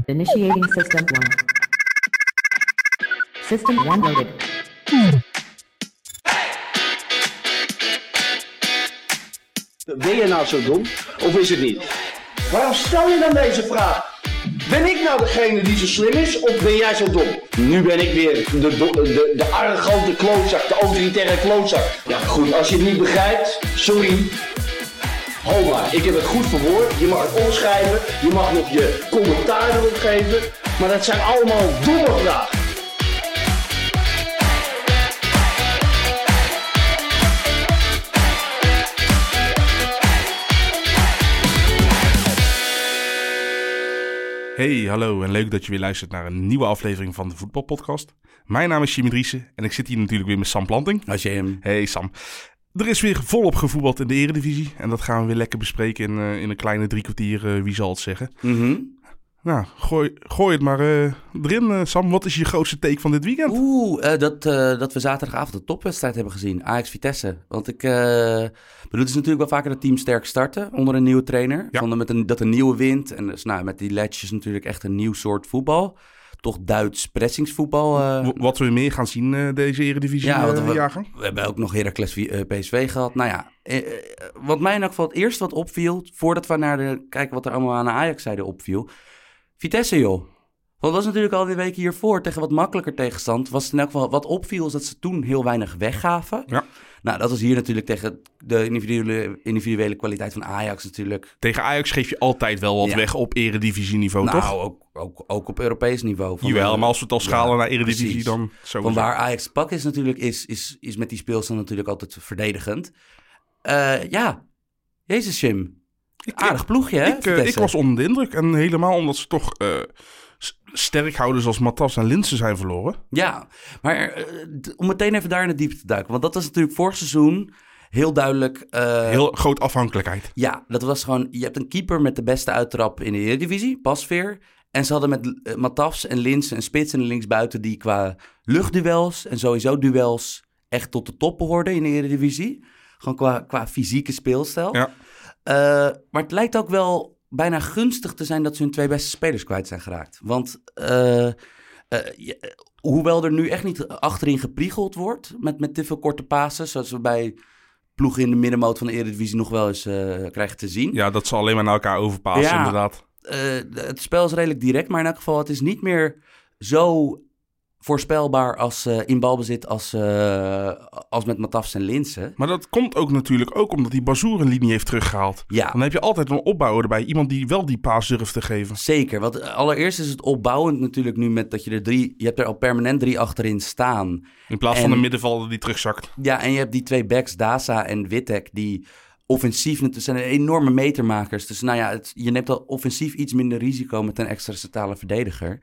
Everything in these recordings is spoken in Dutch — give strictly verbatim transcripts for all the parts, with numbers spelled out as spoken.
Initiating system one. System one loaded. Ben je nou zo dom of is het niet? Waarom stel je dan deze vraag? Ben ik nou degene die zo slim is of ben jij zo dom? Nu ben ik weer de, de, de, de arrogante klootzak, de autoritaire klootzak. Ja goed, als je het niet begrijpt, sorry. Ho maar, ik heb het goed verwoord. Je mag het omschrijven, je mag nog je commentaar erop geven. Maar dat zijn allemaal domme vragen. Hey, hallo en leuk dat je weer luistert naar een nieuwe aflevering van de Voetbalpodcast. Mijn naam is Jimmy Driessen en ik zit hier natuurlijk weer met Sam Planting. Als je hem... Hey Sam. Er is weer volop gevoetbald in de Eredivisie en dat gaan we weer lekker bespreken in, uh, in een kleine drie kwartier, uh, wie zal het zeggen. Mm-hmm. Nou, gooi, gooi het maar uh, erin, uh, Sam. Wat is je grootste take van dit weekend? Oeh, uh, dat, uh, dat we zaterdagavond de topwedstrijd hebben gezien. Ajax-Vitesse. Want ik... Uh, bedoel, het is natuurlijk wel vaker dat team sterk starten onder een nieuwe trainer. Ja. Van de, met een, dat een nieuwe wint. En dus, nou, met die Ledges natuurlijk echt een nieuw soort voetbal. Toch Duits pressingsvoetbal. Uh, w- wat we meer gaan zien uh, deze Eredivisie ja, uh, we, jaargang? we hebben ook nog Heracles uh, P S V gehad. Nou ja, uh, uh, wat mij in elk geval het eerste wat opviel... voordat we naar de kijken wat er allemaal aan de Ajax-zijde opviel... Vitesse, joh. Want dat was natuurlijk al die weken hiervoor tegen wat makkelijker tegenstand. Was het in elk geval wat opviel is dat ze toen heel weinig weggaven. Ja. Nou, dat was hier natuurlijk tegen de individuele, individuele kwaliteit van Ajax natuurlijk. Tegen Ajax geef je altijd wel wat Ja. weg op Eredivisie-niveau, Nou, toch? ook, ook, ook op Europees niveau. Van Jawel, de, maar als we het al schalen ja, naar Eredivisie, precies. dan sowieso. Van waar Ajax te pak is natuurlijk, is, is, is met die speelstand natuurlijk altijd verdedigend. Uh, ja, jezus Jim. Ik, Aardig ploegje, hè? Ik, uh, ik was onder de indruk. En helemaal omdat ze toch uh, sterkhouders als Matas en Linssen zijn verloren. Ja, maar uh, d- om meteen even daar in de diepte te duiken. Want dat was natuurlijk vorig seizoen heel duidelijk... Uh, Heel groot afhankelijkheid. Ja, dat was gewoon... Je hebt een keeper met de beste uittrap in de Eredivisie, Pasveer. En ze hadden met uh, Matas en Linssen een spits en linksbuiten... die qua luchtduels en sowieso duels echt tot de top behoorden in de Eredivisie. Gewoon qua, qua fysieke speelstijl. Ja. Uh, maar het lijkt ook wel bijna gunstig te zijn dat ze hun twee beste spelers kwijt zijn geraakt. Want uh, uh, ja, hoewel er nu echt niet achterin gepriegeld wordt met, met te veel korte passes, zoals we bij ploegen in de middenmoot van de Eredivisie nog wel eens uh, krijgen te zien. Ja, dat ze alleen maar naar elkaar overpassen, Ja. inderdaad. Uh, het spel is redelijk direct, maar in elk geval het is niet meer zo voorspelbaar als uh, in balbezit als, uh, als met Matas en Linssen. Maar dat komt ook natuurlijk ook omdat die Bazoer een linie heeft teruggehaald. Ja. Dan heb je altijd een opbouwer erbij. Iemand die wel die paas durft te geven. Zeker, want allereerst is het opbouwend natuurlijk nu met dat je er drie... Je hebt er al permanent drie achterin staan. In plaats En- van een middenvelder die terugzakt. Ja, en je hebt die twee backs, Daza en Wittek, die offensief... Het zijn enorme metermakers. Dus nou ja, het, je neemt al offensief iets minder risico met een extra centrale verdediger.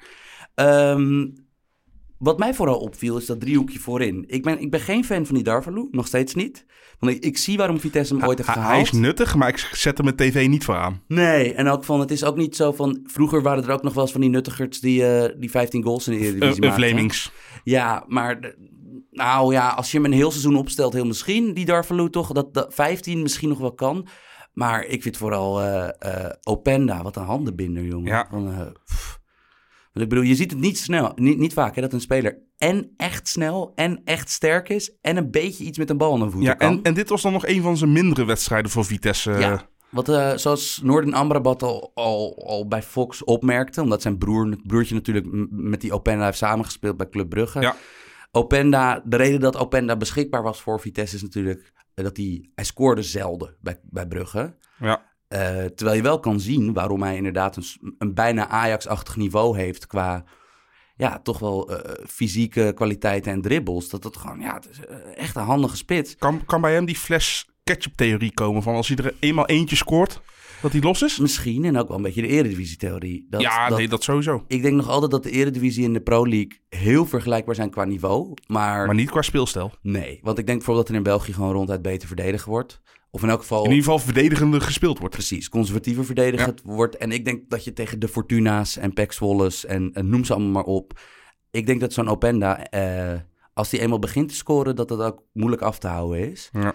Um, wat mij vooral opviel is dat driehoekje voorin. Ik ben, ik ben geen fan van die Darvalu, nog steeds niet. Want ik, ik zie waarom Vitesse hem ooit heeft Hij, gehaald. hij is nuttig, maar ik zet hem met tv niet voor aan. Nee, en ook van, het is ook niet zo van... Vroeger waren er ook nog wel eens van die nuttigers die, uh, die vijftien goals in de Eredivisie Uh, maakten. Flemings. Ja, maar de- nou ja, als je hem een heel seizoen opstelt, heel misschien, die Darvalu toch, dat, dat vijftien misschien nog wel kan. Maar ik vind vooral uh, uh, Openda, wat een handenbinder, jongen. Ja. Van, uh, pff. Want ik bedoel, je ziet het niet snel, niet, niet vaak, hè, dat een speler en echt snel en echt sterk is en een beetje iets met een bal aan de voeten Ja, kan. en, en dit was dan nog een van zijn mindere wedstrijden voor Vitesse. Ja, wat uh, zoals Noorden Amrabat al, al, al bij Fox opmerkte, omdat zijn broer, broertje natuurlijk m- met die Openda heeft samengespeeld bij Club Brugge. Ja. Openda, de reden dat Openda beschikbaar was voor Vitesse is natuurlijk dat hij, hij scoorde zelden bij, bij Brugge. Ja. Uh, terwijl je wel kan zien waarom hij inderdaad een, s- een bijna Ajax-achtig niveau heeft qua ja, toch wel uh, fysieke kwaliteiten en dribbles. Dat het gewoon, ja, het is uh, echt een handige spits. Kan, kan bij hem die flash ketchup-theorie komen van als hij er eenmaal eentje scoort, dat hij los is? Misschien, en ook wel een beetje de Eredivisie-theorie. Dat, ja, dat, nee, dat sowieso. Ik denk nog altijd dat de Eredivisie en de Pro League heel vergelijkbaar zijn qua niveau. Maar, Maar niet qua speelstijl. nee, want ik denk bijvoorbeeld dat er in België gewoon ronduit beter verdedigd wordt. Of in elk geval... In ieder geval verdedigender gespeeld wordt. Precies, conservatiever verdedigd wordt. En ik denk dat je tegen de Fortuna's en Pek Zwolles en, en noem ze allemaal maar op. Ik denk dat zo'n Openda, uh, als die eenmaal begint te scoren, dat dat ook moeilijk af te houden is. Ja.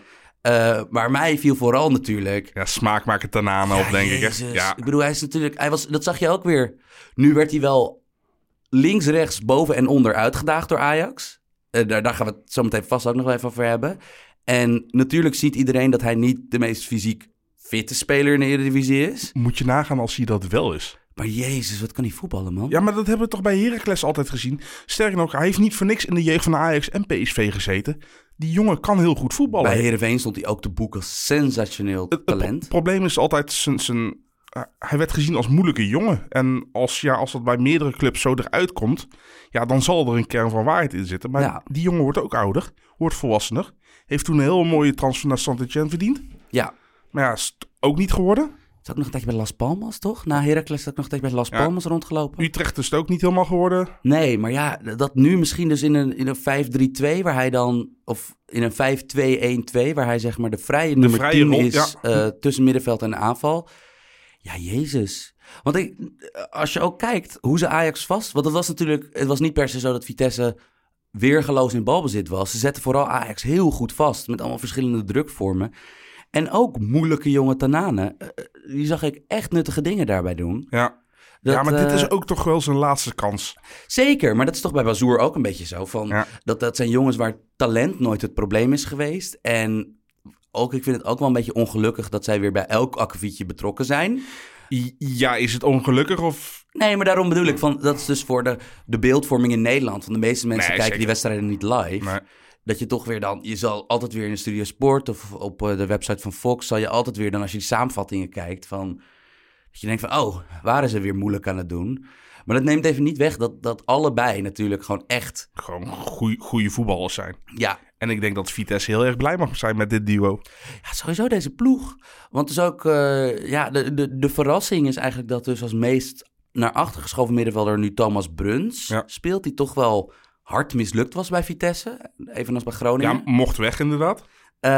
Uh, maar mij viel vooral natuurlijk... Ja, smaakmaker Tanane op, denk Jezus. ik. Hè? Ja. Ik bedoel, hij is natuurlijk... Hij was, dat zag je ook weer. Nu werd hij wel links, rechts, boven en onder uitgedaagd door Ajax. Uh, daar, daar gaan we het zo meteen vast ook nog wel even over hebben. En natuurlijk ziet iedereen dat hij niet de meest fysiek fitte speler in de Eredivisie is. Moet je nagaan als hij dat wel is. Maar jezus, wat kan hij voetballen, man? Ja, maar dat hebben we toch bij Heracles altijd gezien. Sterker nog, hij heeft niet voor niks in de jeugd van Ajax en P S V gezeten. Die jongen kan heel goed voetballen. Bij Heerenveen stond hij ook te boeken als sensationeel Het, talent. het pro- probleem is altijd zijn... zijn uh, hij werd gezien als moeilijke jongen. En als, ja, als dat bij meerdere clubs zo eruit komt... ja, dan zal er een kern van waarheid in zitten. Maar Ja. die jongen wordt ook ouder. Wordt volwassener. Heeft toen een heel mooie transfer naar Saint-Etienne verdiend. Ja. Maar ja, is het ook niet geworden. Het is ook nog een tijdje bij Las Palmas, toch? Na Heracles is ook nog een tijdje bij Las Ja. Palmas rondgelopen. Utrecht is het ook niet helemaal geworden. Nee, maar ja, dat nu misschien dus in een, in een vijf drie twee... waar hij dan... of in een vijf twee een twee... waar hij zeg maar de vrije nummer vrije tien rol, is... ja. uh, tussen middenveld en aanval. Ja, jezus. Want ik, als je ook kijkt hoe ze Ajax vast... want het was natuurlijk... het was niet per se zo dat Vitesse weergeloos in balbezit was. Ze zetten vooral Ajax heel goed vast... met allemaal verschillende drukvormen. En ook moeilijke jonge Tanane. Uh, die zag ik echt nuttige dingen daarbij doen. Ja. Dat, ja, maar dit uh, is ook toch wel zijn laatste kans. Zeker, maar dat is toch bij Bazoer ook een beetje zo. Van, Ja. dat, dat zijn jongens waar talent nooit het probleem is geweest. En ook, ik vind het ook wel een beetje ongelukkig... dat zij weer bij elk akkefietje betrokken zijn. I- ja, is het ongelukkig of... Nee, maar daarom bedoel ik... Van, dat is dus voor de, de beeldvorming in Nederland. Want de meeste mensen Nee, kijken zeker. die wedstrijden niet live... Nee. Dat je toch weer dan... Je zal altijd weer in de Studio Sport... of op uh, de website van Fox... zal je altijd weer dan als je die samenvattingen kijkt... van dat je denkt van... oh, waar is ze weer moeilijk aan het doen? Maar dat neemt even niet weg... dat, dat allebei natuurlijk gewoon echt... Gewoon goede voetballers zijn. Ja, En ik denk dat Vitesse heel erg blij mag zijn met dit duo. ja sowieso deze ploeg. Want dus ook... Uh, ja, de, de, de verrassing is eigenlijk dat dus als meest... naar achter geschoven middenvelder nu Thomas Bruns... Ja. speelt, die toch wel hard mislukt was bij Vitesse. Evenals bij Groningen. Ja, mocht weg inderdaad. Uh,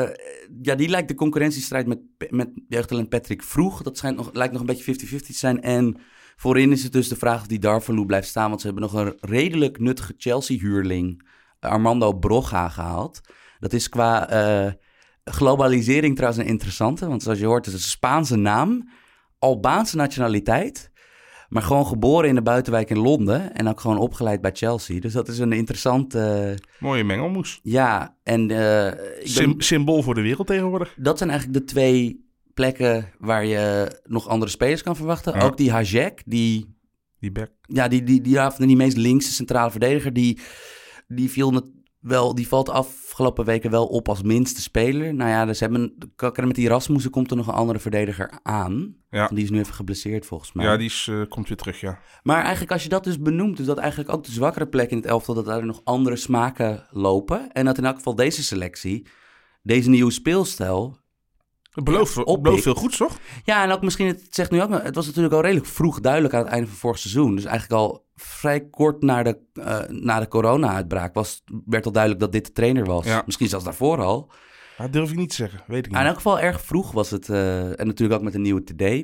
ja, die lijkt de concurrentiestrijd met, met jeugdtalent Patrick Vroeg. Dat schijnt nog, lijkt nog een beetje vijftig vijftig te zijn. En voorin is het dus de vraag of die Darvalu blijft staan. Want ze hebben nog een redelijk nuttige Chelsea-huurling, Armando Broga, gehaald. Dat is qua uh, globalisering trouwens een interessante. Want zoals je hoort, het is een Spaanse naam. Albaanse nationaliteit. Maar gewoon geboren in de buitenwijk in Londen. En ook gewoon opgeleid bij Chelsea. Dus dat is een interessante... Uh, Mooie mengelmoes. ja, en... Uh, ik Sym- ben... Symbool voor de wereld tegenwoordig. Dat zijn eigenlijk de twee plekken waar je nog andere spelers kan verwachten. Ja. Ook die Hajek, die... Die back. Ja, die, die, die, die, die meest linkse centrale verdediger, die, die viel het wel... Die valt de afgelopen weken wel op als minste speler. Nou ja, dus hebben... Met die Rasmussen komt er nog een andere verdediger aan. Ja. Die is nu even geblesseerd volgens mij. Ja, die is, uh, komt weer terug, ja. Maar eigenlijk als je dat dus benoemt, dus dat eigenlijk ook de zwakkere plek in het elftal, dat daar nog andere smaken lopen. En dat in elk geval deze selectie, deze nieuwe speelstijl... Het belooft, Ja, het belooft veel goeds, toch? Ja, en ook misschien, het zegt nu ook, het was natuurlijk al redelijk vroeg duidelijk aan het einde van vorig seizoen. Dus eigenlijk al vrij kort na de, uh, na de corona-uitbraak was, werd al duidelijk dat dit de trainer was. Ja. Misschien zelfs daarvoor al. Dat durf ik niet te zeggen, weet ik Maar in niet. elk geval erg vroeg was het. Uh, en natuurlijk ook met een nieuwe T D. Uh,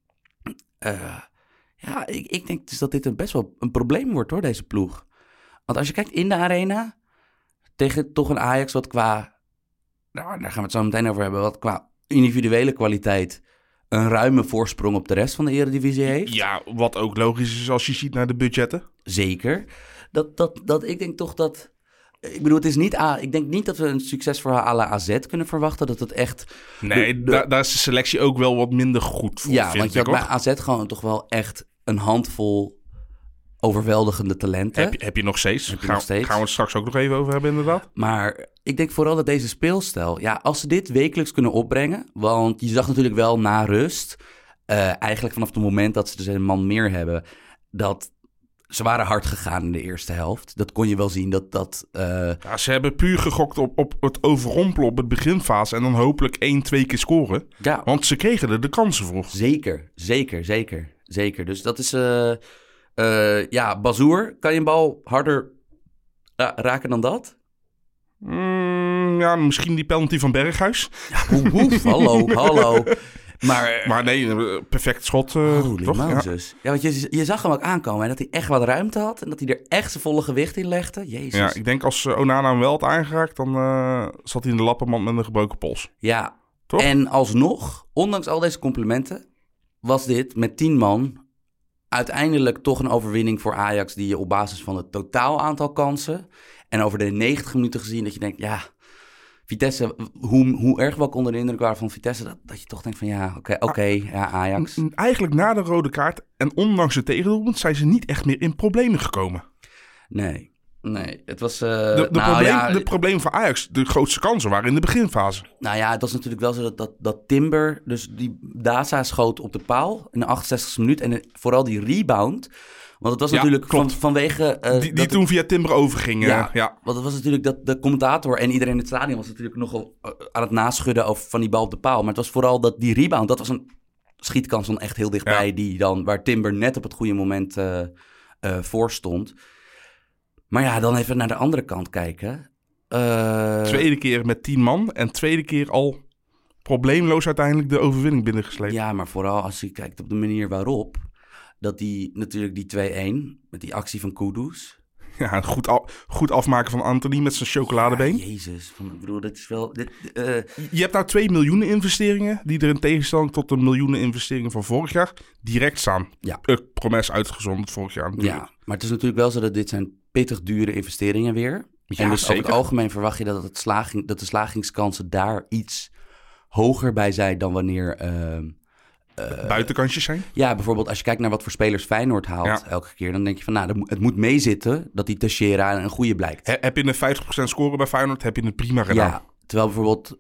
ja, ik, ik denk dus dat dit een best wel een probleem wordt hoor, deze ploeg. Want als je kijkt in de arena, tegen toch een Ajax wat qua, nou, daar gaan we het zo meteen over hebben, wat qua individuele kwaliteit een ruime voorsprong op de rest van de Eredivisie heeft. Ja, wat ook logisch is als je ziet naar de budgetten. Zeker. Dat, dat, dat, ik denk toch dat... Ik bedoel, het is niet... A, ik denk niet dat we een succesverhaal à la A Z kunnen verwachten. Dat het echt... Nee, de, de, da- daar is de selectie ook wel wat minder goed voor, ja, vind want je ik, had hoor. bij A Z gewoon toch wel echt een handvol overweldigende talenten. Heb je, heb je nog steeds. Heb je Gaan, nog steeds. gaan we het straks ook nog even over hebben, inderdaad. Maar ik denk vooral dat deze speelstijl... Ja, als ze dit wekelijks kunnen opbrengen... Want je zag natuurlijk wel na rust... Uh, eigenlijk vanaf het moment dat ze dus een man meer hebben... dat ze waren hard gegaan in de eerste helft. Dat kon je wel zien. Dat, dat, uh... ja, ze hebben puur gegokt op, op het overrompelen op het beginfase... en dan hopelijk één, twee keer scoren. Ja. Want ze kregen er de kansen voor. Zeker, zeker, zeker, zeker. Dus dat is... Uh, uh, ja, Bazoer, kan je een bal harder uh, raken dan dat? Mm, ja, misschien die penalty van Berghuis. Ja, woef, woef, hallo, hallo. Maar, Maar nee, perfect schot, uh, holy toch? Moses. Ja. ja, want je, je zag hem ook aankomen en dat hij echt wat ruimte had. En dat hij er echt zijn volle gewicht in legde. Jezus. Ja, ik denk als uh, Onana hem wel had aangeraakt, dan uh, zat hij in de lappenmand met een gebroken pols. Ja, toch? En alsnog, ondanks al deze complimenten, was dit met tien man uiteindelijk toch een overwinning voor Ajax die je op basis van het totaal aantal kansen en over de negentig minuten gezien dat je denkt, ja, Vitesse, hoe, hoe erg we ook onder de indruk waren van Vitesse, dat, dat je toch denkt van ja, oké, okay, oké, okay, ja, Ajax. Eigenlijk na de rode kaart en ondanks het tegendoelpunt zijn ze niet echt meer in problemen gekomen. Nee, nee, het was... Uh, de, de, nou, probleem, ja, de probleem van Ajax, de grootste kansen waren in de beginfase. Nou ja, het was natuurlijk wel zo dat, dat, dat Timber, dus die Daza schoot op de paal in de achtenzestigste minuut en vooral die rebound. Want het was ja, natuurlijk van, klopt. vanwege... Uh, die die toen het, via Timber overging. Ja, uh, ja, want het was natuurlijk dat de commentator en iedereen in het stadion was natuurlijk nogal uh, aan het naschudden over van die bal op de paal. Maar het was vooral dat die rebound, dat was een schietkans dan echt heel dichtbij, ja. die dan, waar Timber net op het goede moment uh, uh, voor stond. Maar ja, dan even naar de andere kant kijken. Uh... Tweede keer met tien man en tweede keer al probleemloos uiteindelijk de overwinning binnengesleept. Ja, maar vooral als je kijkt op de manier waarop, dat die natuurlijk die twee-een met die actie van Kudus. Ja, goed, al, goed afmaken van Anthony met zijn chocoladebeen. Ja, jezus, van, ik bedoel, dit is wel... Dit, uh... Je hebt nou twee miljoenen investeringen die er in tegenstelling tot de miljoenen investeringen van vorig jaar direct staan. Ja. Uh, Promes uitgezonderd vorig jaar natuurlijk. Ja, maar het is natuurlijk wel zo dat dit zijn pittig dure investeringen weer. Ja, en dus zeker. over het algemeen verwacht je dat, het slaging, dat de slagingskansen daar iets hoger bij zijn dan wanneer... Uh, uh, buitenkantjes zijn? Ja, bijvoorbeeld als je kijkt naar wat voor spelers Feyenoord haalt ja. elke keer, dan denk je van nou, het moet meezitten dat die Teixeira een goede blijkt. He, heb je een vijftig procent scoren bij Feyenoord, heb je het prima gedaan. Ja, terwijl bijvoorbeeld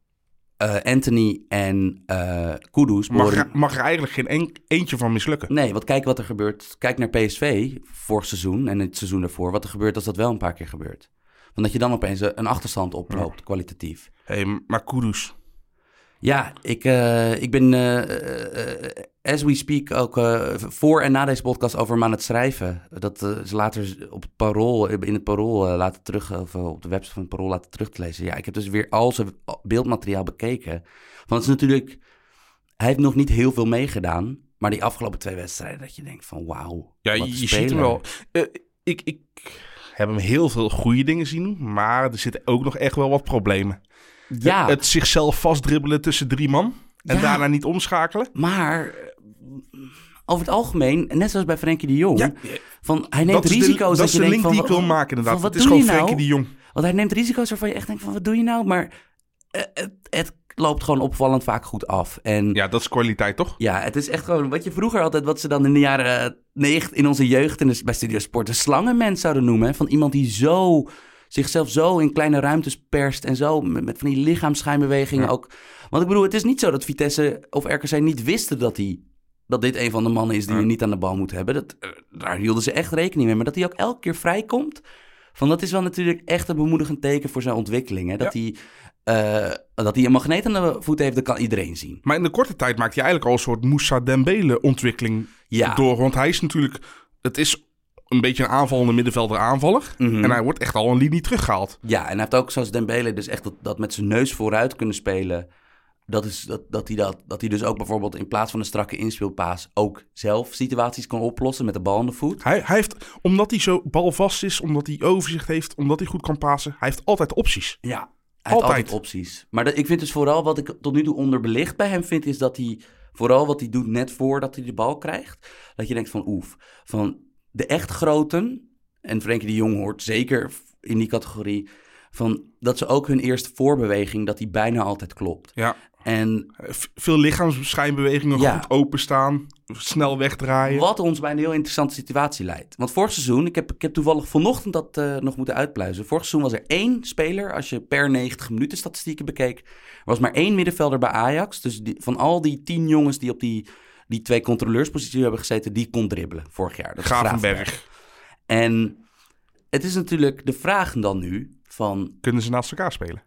uh, Anthony en uh, Kudus... Mag, worden... er, mag er eigenlijk geen een, eentje van mislukken? Nee, want kijk wat er gebeurt. Kijk naar P S V vorig seizoen en het seizoen daarvoor. Wat er gebeurt als dat wel een paar keer gebeurt. Want dat je dan opeens een achterstand oploopt, ja. kwalitatief. Hé, hey, maar Kudus... Ja, ik, uh, ik ben uh, uh, as we speak ook uh, voor en na deze podcast over hem aan het schrijven. Dat uh, ze later op het Parool, in het Parool uh, laten terug, of uh, op de website van het Parool laten terug te lezen. Ja, ik heb dus weer al zijn beeldmateriaal bekeken. Want het is natuurlijk, hij heeft nog niet heel veel meegedaan, maar die afgelopen twee wedstrijden dat je denkt van wauw. Ja, je, je ziet hem wel. Uh, ik, ik heb hem heel veel goede dingen zien, maar er zitten ook nog echt wel wat problemen. Ja. Het, het zichzelf vastdribbelen tussen drie man en ja. daarna niet omschakelen. Maar over het algemeen, net zoals bij Frenkie de Jong, ja. van, hij neemt dat risico's. De, dat is de link van, die ik wil maken inderdaad. Van, het is gewoon Frenkie nou? de Jong. Want hij neemt risico's waarvan je echt denkt van wat doe je nou? Maar uh, het, het loopt gewoon opvallend vaak goed af. En, ja, dat is kwaliteit toch? Ja, het is echt gewoon wat je vroeger altijd, wat ze dan in de jaren negentig in onze jeugd in de, bij Studio Sport de slangenmens zouden noemen. Hè? Van iemand die zo... zichzelf zo in kleine ruimtes perst en zo met, met van die lichaamsschijnbewegingen ja. ook. Want ik bedoel, het is niet zo dat Vitesse of R K C niet wisten dat, die, dat dit een van de mannen is die ja. je niet aan de bal moet hebben. Dat, daar hielden ze echt rekening mee. Maar dat hij ook elke keer vrijkomt, van dat is wel natuurlijk echt een bemoedigend teken voor zijn ontwikkeling. Hè? Dat, ja. hij, uh, dat hij een magneet aan de voet heeft, dat kan iedereen zien. Maar in de korte tijd maakt hij eigenlijk al een soort Moussa Dembele ontwikkeling ja. door. Want hij is natuurlijk, het is... een beetje een aanvallende middenvelder aanvaller. Mm-hmm. En hij wordt echt al een linie teruggehaald. Ja, en hij heeft ook zoals Dembele dus echt dat, dat met zijn neus vooruit kunnen spelen. Dat is dat, dat, hij dat, dat hij dus ook bijvoorbeeld in plaats van een strakke inspeelpaas ook zelf situaties kan oplossen met de bal aan de voet. Hij, hij heeft, omdat hij zo balvast is, omdat hij overzicht heeft, omdat hij goed kan pasen, hij heeft altijd opties. Ja, hij altijd. heeft altijd opties. Maar dat, ik vind dus vooral wat ik tot nu toe onderbelicht bij hem vind, is dat hij vooral wat hij doet net voordat hij de bal krijgt, dat je denkt van oef, van de echt groten, en Frenkie de Jong hoort zeker in die categorie, van dat ze ook hun eerste voorbeweging, dat die bijna altijd klopt. Ja. En veel lichaamsschijnbewegingen, ja. goed openstaan, snel wegdraaien. Wat ons bij een heel interessante situatie leidt. Want vorig seizoen, ik heb, ik heb toevallig vanochtend dat uh, nog moeten uitpluizen. Vorig seizoen was er één speler, als je per negentig minuten statistieken bekeek, er was maar één middenvelder bij Ajax. Dus die, van al die tien jongens die op die, die twee controleursposities hebben gezeten, die kon dribbelen vorig jaar. Dat Gravenberg. En het is natuurlijk de vraag dan nu van... Kunnen ze naast elkaar spelen?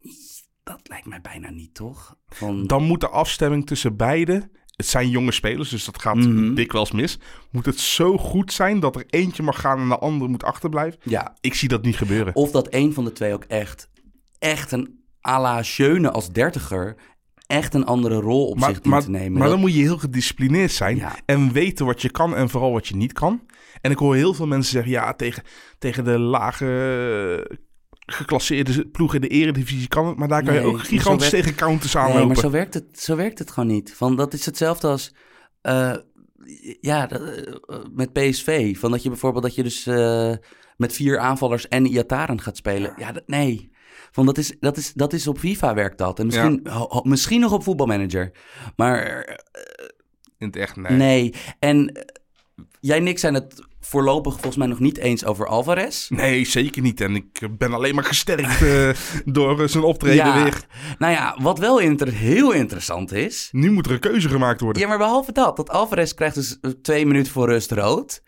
Dat lijkt mij bijna niet, toch? Van... Dan moet de afstemming tussen beide... Het zijn jonge spelers, dus dat gaat mm-hmm. dikwijls mis. Moet het zo goed zijn dat er eentje mag gaan en de andere moet achterblijven? Ja. Ik zie dat niet gebeuren. Of dat een van de twee ook echt, echt een à la Schöne als dertiger... echt een andere rol op Maar, zich dient maar, te nemen. maar Dat- dan moet je heel gedisciplineerd zijn Ja. en weten wat je kan en vooral wat je niet kan. En ik hoor heel veel mensen zeggen, ja, tegen, tegen de lage geclasseerde ploeg in de eredivisie kan het, maar daar kan Nee, je ook maar gigantisch zo werkt- tegen counters Nee, aanlopen. maar zo werkt het, zo werkt het gewoon niet. Van, dat is hetzelfde als eh, ja, dat, eh, met P S V. Van dat je bijvoorbeeld dat je dus eh, met vier aanvallers en Iataren gaat spelen. Ja, dat, nee. Van dat, is, dat, is, dat is op FIFA werkt dat. En misschien, ho- ho- misschien nog op voetbalmanager. Maar eh, In het echt, nee. nee. En eh, jij en ik zijn het voorlopig volgens mij nog niet eens over Alvarez. Nee, zeker niet. En ik ben alleen maar gesterkt eh, door eh, zijn optreden Ja, weer. nou ja, wat wel inter- heel interessant is. Nu moet er een keuze gemaakt worden. Ja, maar behalve dat, dat Alvarez krijgt dus twee minuten voor rust rood.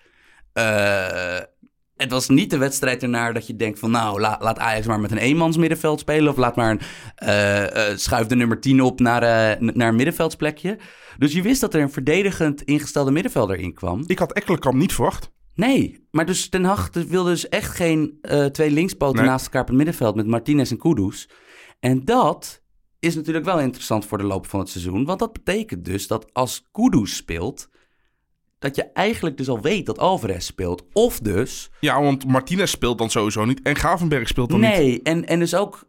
Eh, het was niet de wedstrijd ernaar dat je denkt van nou, la- laat Ajax maar met een eenmans middenveld spelen. Of laat maar een, eh, eh, schuif de nummer tien op naar, eh, n- naar een middenveldsplekje. Dus je wist dat er een verdedigend ingestelde middenvelder in kwam. Ik had Ekkelenkamp niet verwacht. Nee, maar dus Ten Hag wilde dus echt geen eh, twee linkspoten Nee. naast elkaar op het middenveld met Martinez en Kudus. En dat is natuurlijk wel interessant voor de loop van het seizoen. Want dat betekent dus dat als Kudus speelt, dat je eigenlijk dus al weet dat Alvarez speelt. Of dus, Ja, want Martinez speelt dan sowieso niet. En Gravenberg speelt dan niet. nee, en, en dus ook,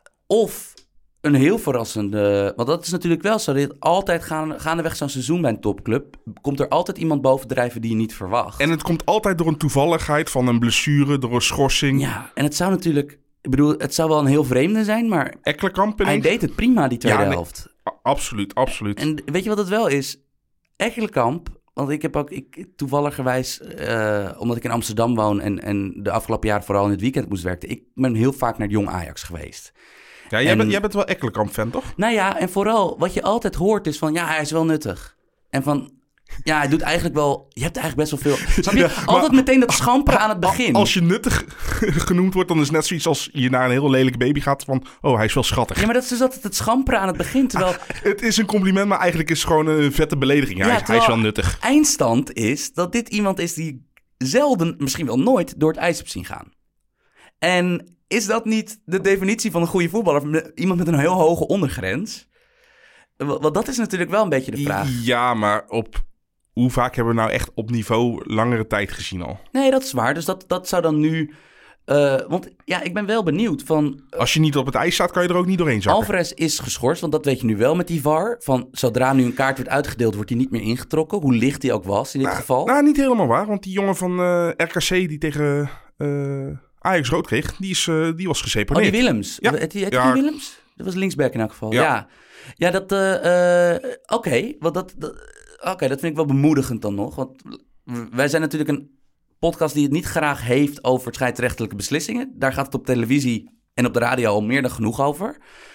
of een heel verrassende, want dat is natuurlijk wel zo, dat altijd gaan, gaandeweg zo'n seizoen bij een topclub, komt er altijd iemand bovendrijven die je niet verwacht. En het komt altijd door een toevalligheid van een blessure, door een schorsing. Ja, en het zou natuurlijk, ik bedoel, het zou wel een heel vreemde zijn, maar Ekkelenkamp hij ineens. deed het prima die tweede Ja, nee. helft. A- Absoluut, absoluut. En weet je wat het wel is? Ekkelenkamp, want ik heb ook ik, toevalligerwijs, eh, omdat ik in Amsterdam woon en, en de afgelopen jaren vooral in het weekend moest werken, ik ben heel vaak naar Jong Ajax geweest. Ja, jij, en- bent, jij bent wel Ekkelenkamp-fan, toch? Nou ja, en vooral wat je altijd hoort is van, ja, hij is wel nuttig. En van, ja, hij doet eigenlijk wel, je hebt eigenlijk best wel veel. Snap je? Ja, maar- altijd meteen dat schamperen aan het begin. Als je nuttig genoemd wordt, dan is het net zoiets als je naar een heel lelijke baby gaat van... Oh, hij is wel schattig. Ja, maar dat is dus altijd het schamperen aan het begin, terwijl... Het is een compliment, maar eigenlijk is het gewoon een vette belediging. Ja, Ja, hij, hij is terwijl- wel nuttig. Eindstand is dat dit iemand is die zelden, misschien wel nooit, door het ijs hebt zien gaan. En is dat niet de definitie van een goede voetballer? Iemand met een heel hoge ondergrens? wa- Want dat is natuurlijk wel een beetje de vraag. Ja, maar op hoe vaak hebben we nou echt op niveau langere tijd gezien al? Nee, dat is waar. Dus dat, dat zou dan nu... eh, want ja, ik ben wel benieuwd van... Als je niet op het ijs staat, kan je er ook niet doorheen zakken. Alvarez is geschorst, want dat weet je nu wel met die V A R. Van zodra nu een kaart wordt uitgedeeld, wordt hij niet meer ingetrokken. Hoe licht hij ook was in dit nou, geval. Nou, niet helemaal waar. Want die jongen van eh, R K C die tegen eh, Ajax rood kreeg, die, is, eh, die was Oh, geseponeerd. die Willems. Ja. Heet die, heet Ja. die Willems? Dat was linksback in elk geval. Ja. Ja, ja, dat... eh, eh, Oké, want dat... dat Oké, dat vind ik wel bemoedigend dan nog. Want wij zijn natuurlijk een podcast die het niet graag heeft over scheidsrechtelijke beslissingen. Daar gaat het op televisie en op de radio al meer dan genoeg over.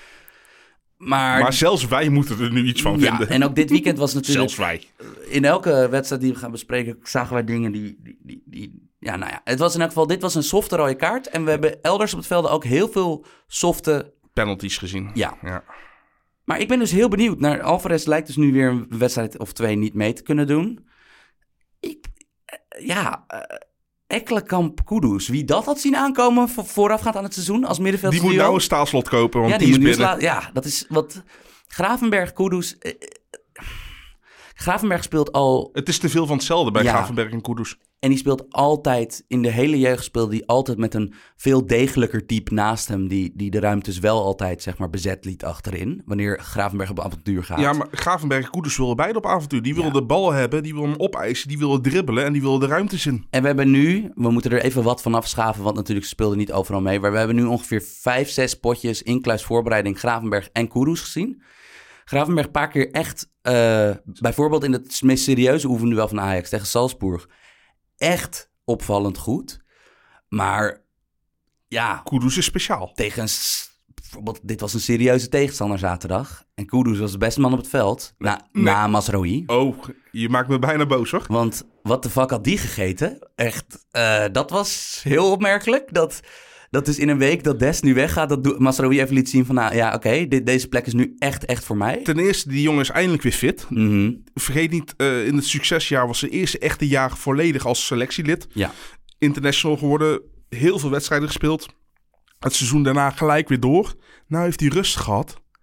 Maar, Maar zelfs wij moeten er nu iets van ja, vinden. en ook dit weekend was natuurlijk... Zelfs wij. In elke wedstrijd die we gaan bespreken, zagen wij dingen die, die, die, die... Ja, nou ja, het was in elk geval... Dit was een softe rode kaart. En we hebben elders op het veld ook heel veel softe... Penalties gezien. Ja. ja. Maar ik ben dus heel benieuwd. Naar Alvarez lijkt dus nu weer een wedstrijd of twee niet mee te kunnen doen. Ik... eh, Ja... uh, Ekkelenkamp, Kudus. Wie dat had zien aankomen vo- voorafgaand aan het seizoen als middenveld. Die moet nou een staalslot kopen, want ja, die, die is moet nu binnen. sla- Ja, dat is wat... Gravenberg, Kudus... eh, eh, Gravenberg speelt al... Het is te veel van hetzelfde bij Ja. Gravenberg en Kudus. En die speelt altijd, in de hele jeugd speelde hij altijd met een veel degelijker type naast hem. Die, die de ruimtes wel altijd, zeg maar, bezet liet achterin. Wanneer Gravenberg op avontuur gaat. Ja, maar Gravenberg en Kudus willen beide op avontuur. Die willen Ja. de bal hebben, die willen hem opeisen, die willen dribbelen en die willen de ruimtes in. En we hebben nu, we moeten er even wat van afschaven, want natuurlijk ze speelden niet overal mee. Maar we hebben nu ongeveer vijf, zes potjes inclusief voorbereiding Gravenberg en Kudus gezien. Gravenberg een paar keer echt, uh, bijvoorbeeld in het meest serieuze oefenduel van Ajax tegen Salzburg, echt opvallend goed. Maar ja, Kudus is speciaal. tegen een, s- bijvoorbeeld, dit was een serieuze tegenstander zaterdag. En Kudus was de beste man op het veld, na, nee. na Mazraoui. Oh, je maakt me bijna boos, hoor. Want wat de fuck had die gegeten? Echt, uh, dat was heel opmerkelijk. Dat, dat is in een week dat Des nu weggaat, dat do- Mazraoui even liet zien van, nou ja, oké, okay, deze plek is nu echt, echt voor mij. Ten eerste, die jongen is eindelijk weer fit. Mm-hmm. Vergeet niet, uh, in het succesjaar was zijn eerste echte jaar volledig als selectielid. Ja. International geworden, heel veel wedstrijden gespeeld. Het seizoen daarna gelijk weer door. Nou heeft hij rust gehad.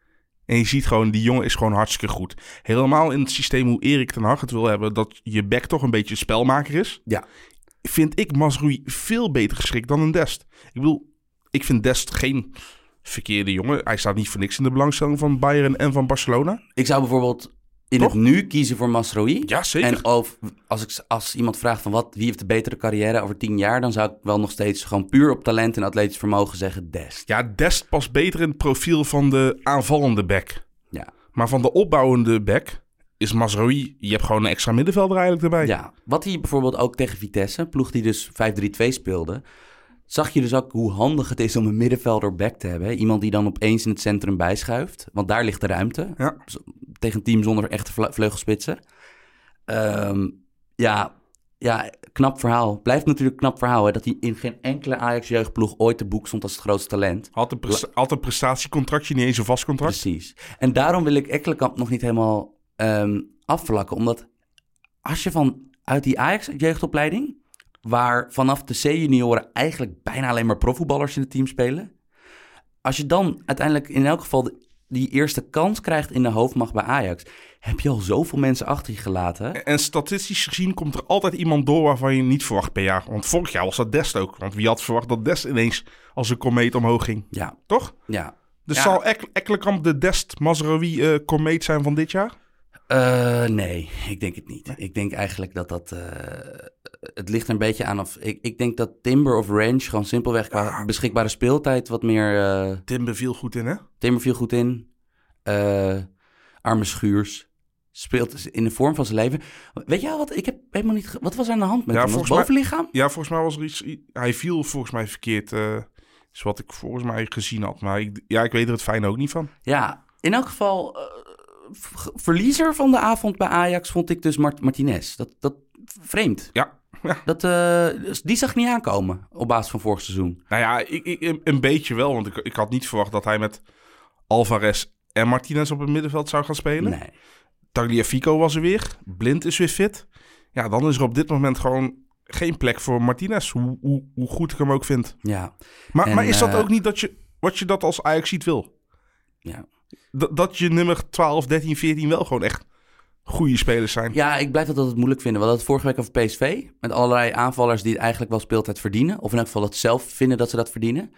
En je ziet gewoon, die jongen is gewoon hartstikke goed. Helemaal in het systeem hoe Erik ten Hag het wil hebben, dat je back toch een beetje een spelmaker is. Ja. Vind ik Mazraoui veel beter geschikt dan een Dest. Ik bedoel, ik vind Dest geen verkeerde jongen. Hij staat niet voor niks in de belangstelling van Bayern en van Barcelona. Ik zou bijvoorbeeld in Toch? het nu kiezen voor Mazraoui. Ja, zeker. En of, als, ik, als iemand vraagt van wat, wie heeft de betere carrière over tien jaar, dan zou ik wel nog steeds gewoon puur op talent en atletisch vermogen zeggen Dest. Ja, Dest past beter in het profiel van de aanvallende back. Ja. Maar van de opbouwende back is Mazraoui, je hebt gewoon een extra middenvelder eigenlijk erbij. Ja, wat hij bijvoorbeeld ook tegen Vitesse, ploeg die dus vijf drie twee speelde, zag je dus ook hoe handig het is om een middenvelder back te hebben. Hè? Iemand die dan opeens in het centrum bijschuift, want daar ligt de ruimte. Ja. Tegen een team zonder echte vle- vleugelspitsen. Um, ja, ja, knap verhaal. Blijft natuurlijk een knap verhaal, hè, dat hij in geen enkele Ajax-jeugdploeg ooit te boek stond als het grootste talent. Had een, presta- had een prestatiecontractje, niet eens een vast contract. Precies. En daarom wil ik Ekkelenkamp nog niet helemaal um, afvlakken. Omdat als je van uit die Ajax-jeugdopleiding, waar vanaf de C-junioren eigenlijk bijna alleen maar profvoetballers in het team spelen, als je dan uiteindelijk in elk geval de, die eerste kans krijgt in de hoofdmacht bij Ajax, heb je al zoveel mensen achter je gelaten. En statistisch gezien komt er altijd iemand door waarvan je niet verwacht per jaar. Want vorig jaar was dat Dest ook. Want wie had verwacht dat Dest ineens als een komeet omhoog ging? Ja. Toch? Ja. Dus Ja. zal Ek- Ekkelenkamp de Dest Mazraoui uh, komeet zijn van dit jaar? Uh, nee, ik denk het niet. Ik denk eigenlijk dat dat... Uh, het ligt er een beetje aan of... Ik, ik denk dat Timber of Range gewoon simpelweg qua beschikbare speeltijd wat meer... Uh, Timber viel goed in, hè? Timber viel goed in. Uh, Arme Schuurs speelt in de vorm van zijn leven. Weet je wel wat? Ik heb helemaal niet... Ge- wat was er aan de hand met Ja, hem? Was het volgens mij- bovenlichaam? Ja, volgens mij was er iets... Hij viel volgens mij verkeerd. Uh, is wat ik volgens mij gezien had. Maar ik, ja, ik weet er het fijn ook niet van. Ja, in elk geval... Uh, v- verliezer van de avond bij Ajax vond ik dus Mart- Martinez. Dat, dat vreemd. Ja. Ja. Dat, uh, die zag ik niet aankomen op basis van vorig seizoen. Nou ja, ik, ik, een beetje wel. Want ik, ik had niet verwacht dat hij met Alvarez en Martinez op het middenveld zou gaan spelen. Nee. Tagliafico was er weer. Blind is weer fit. Ja, dan is er op dit moment gewoon geen plek voor Martinez. Hoe, hoe, hoe goed ik hem ook vind. Ja. Maar, En, maar is dat uh, ook niet dat je, wat je dat als Ajax ziet wil? Ja. D- dat je nummer twaalf, dertien, veertien wel gewoon echt goede spelers zijn. Ja, ik blijf dat altijd moeilijk vinden. We hadden het vorige week over P S V. Met allerlei aanvallers die het eigenlijk wel speeltijd verdienen. Of in elk geval het zelf vinden dat ze dat verdienen.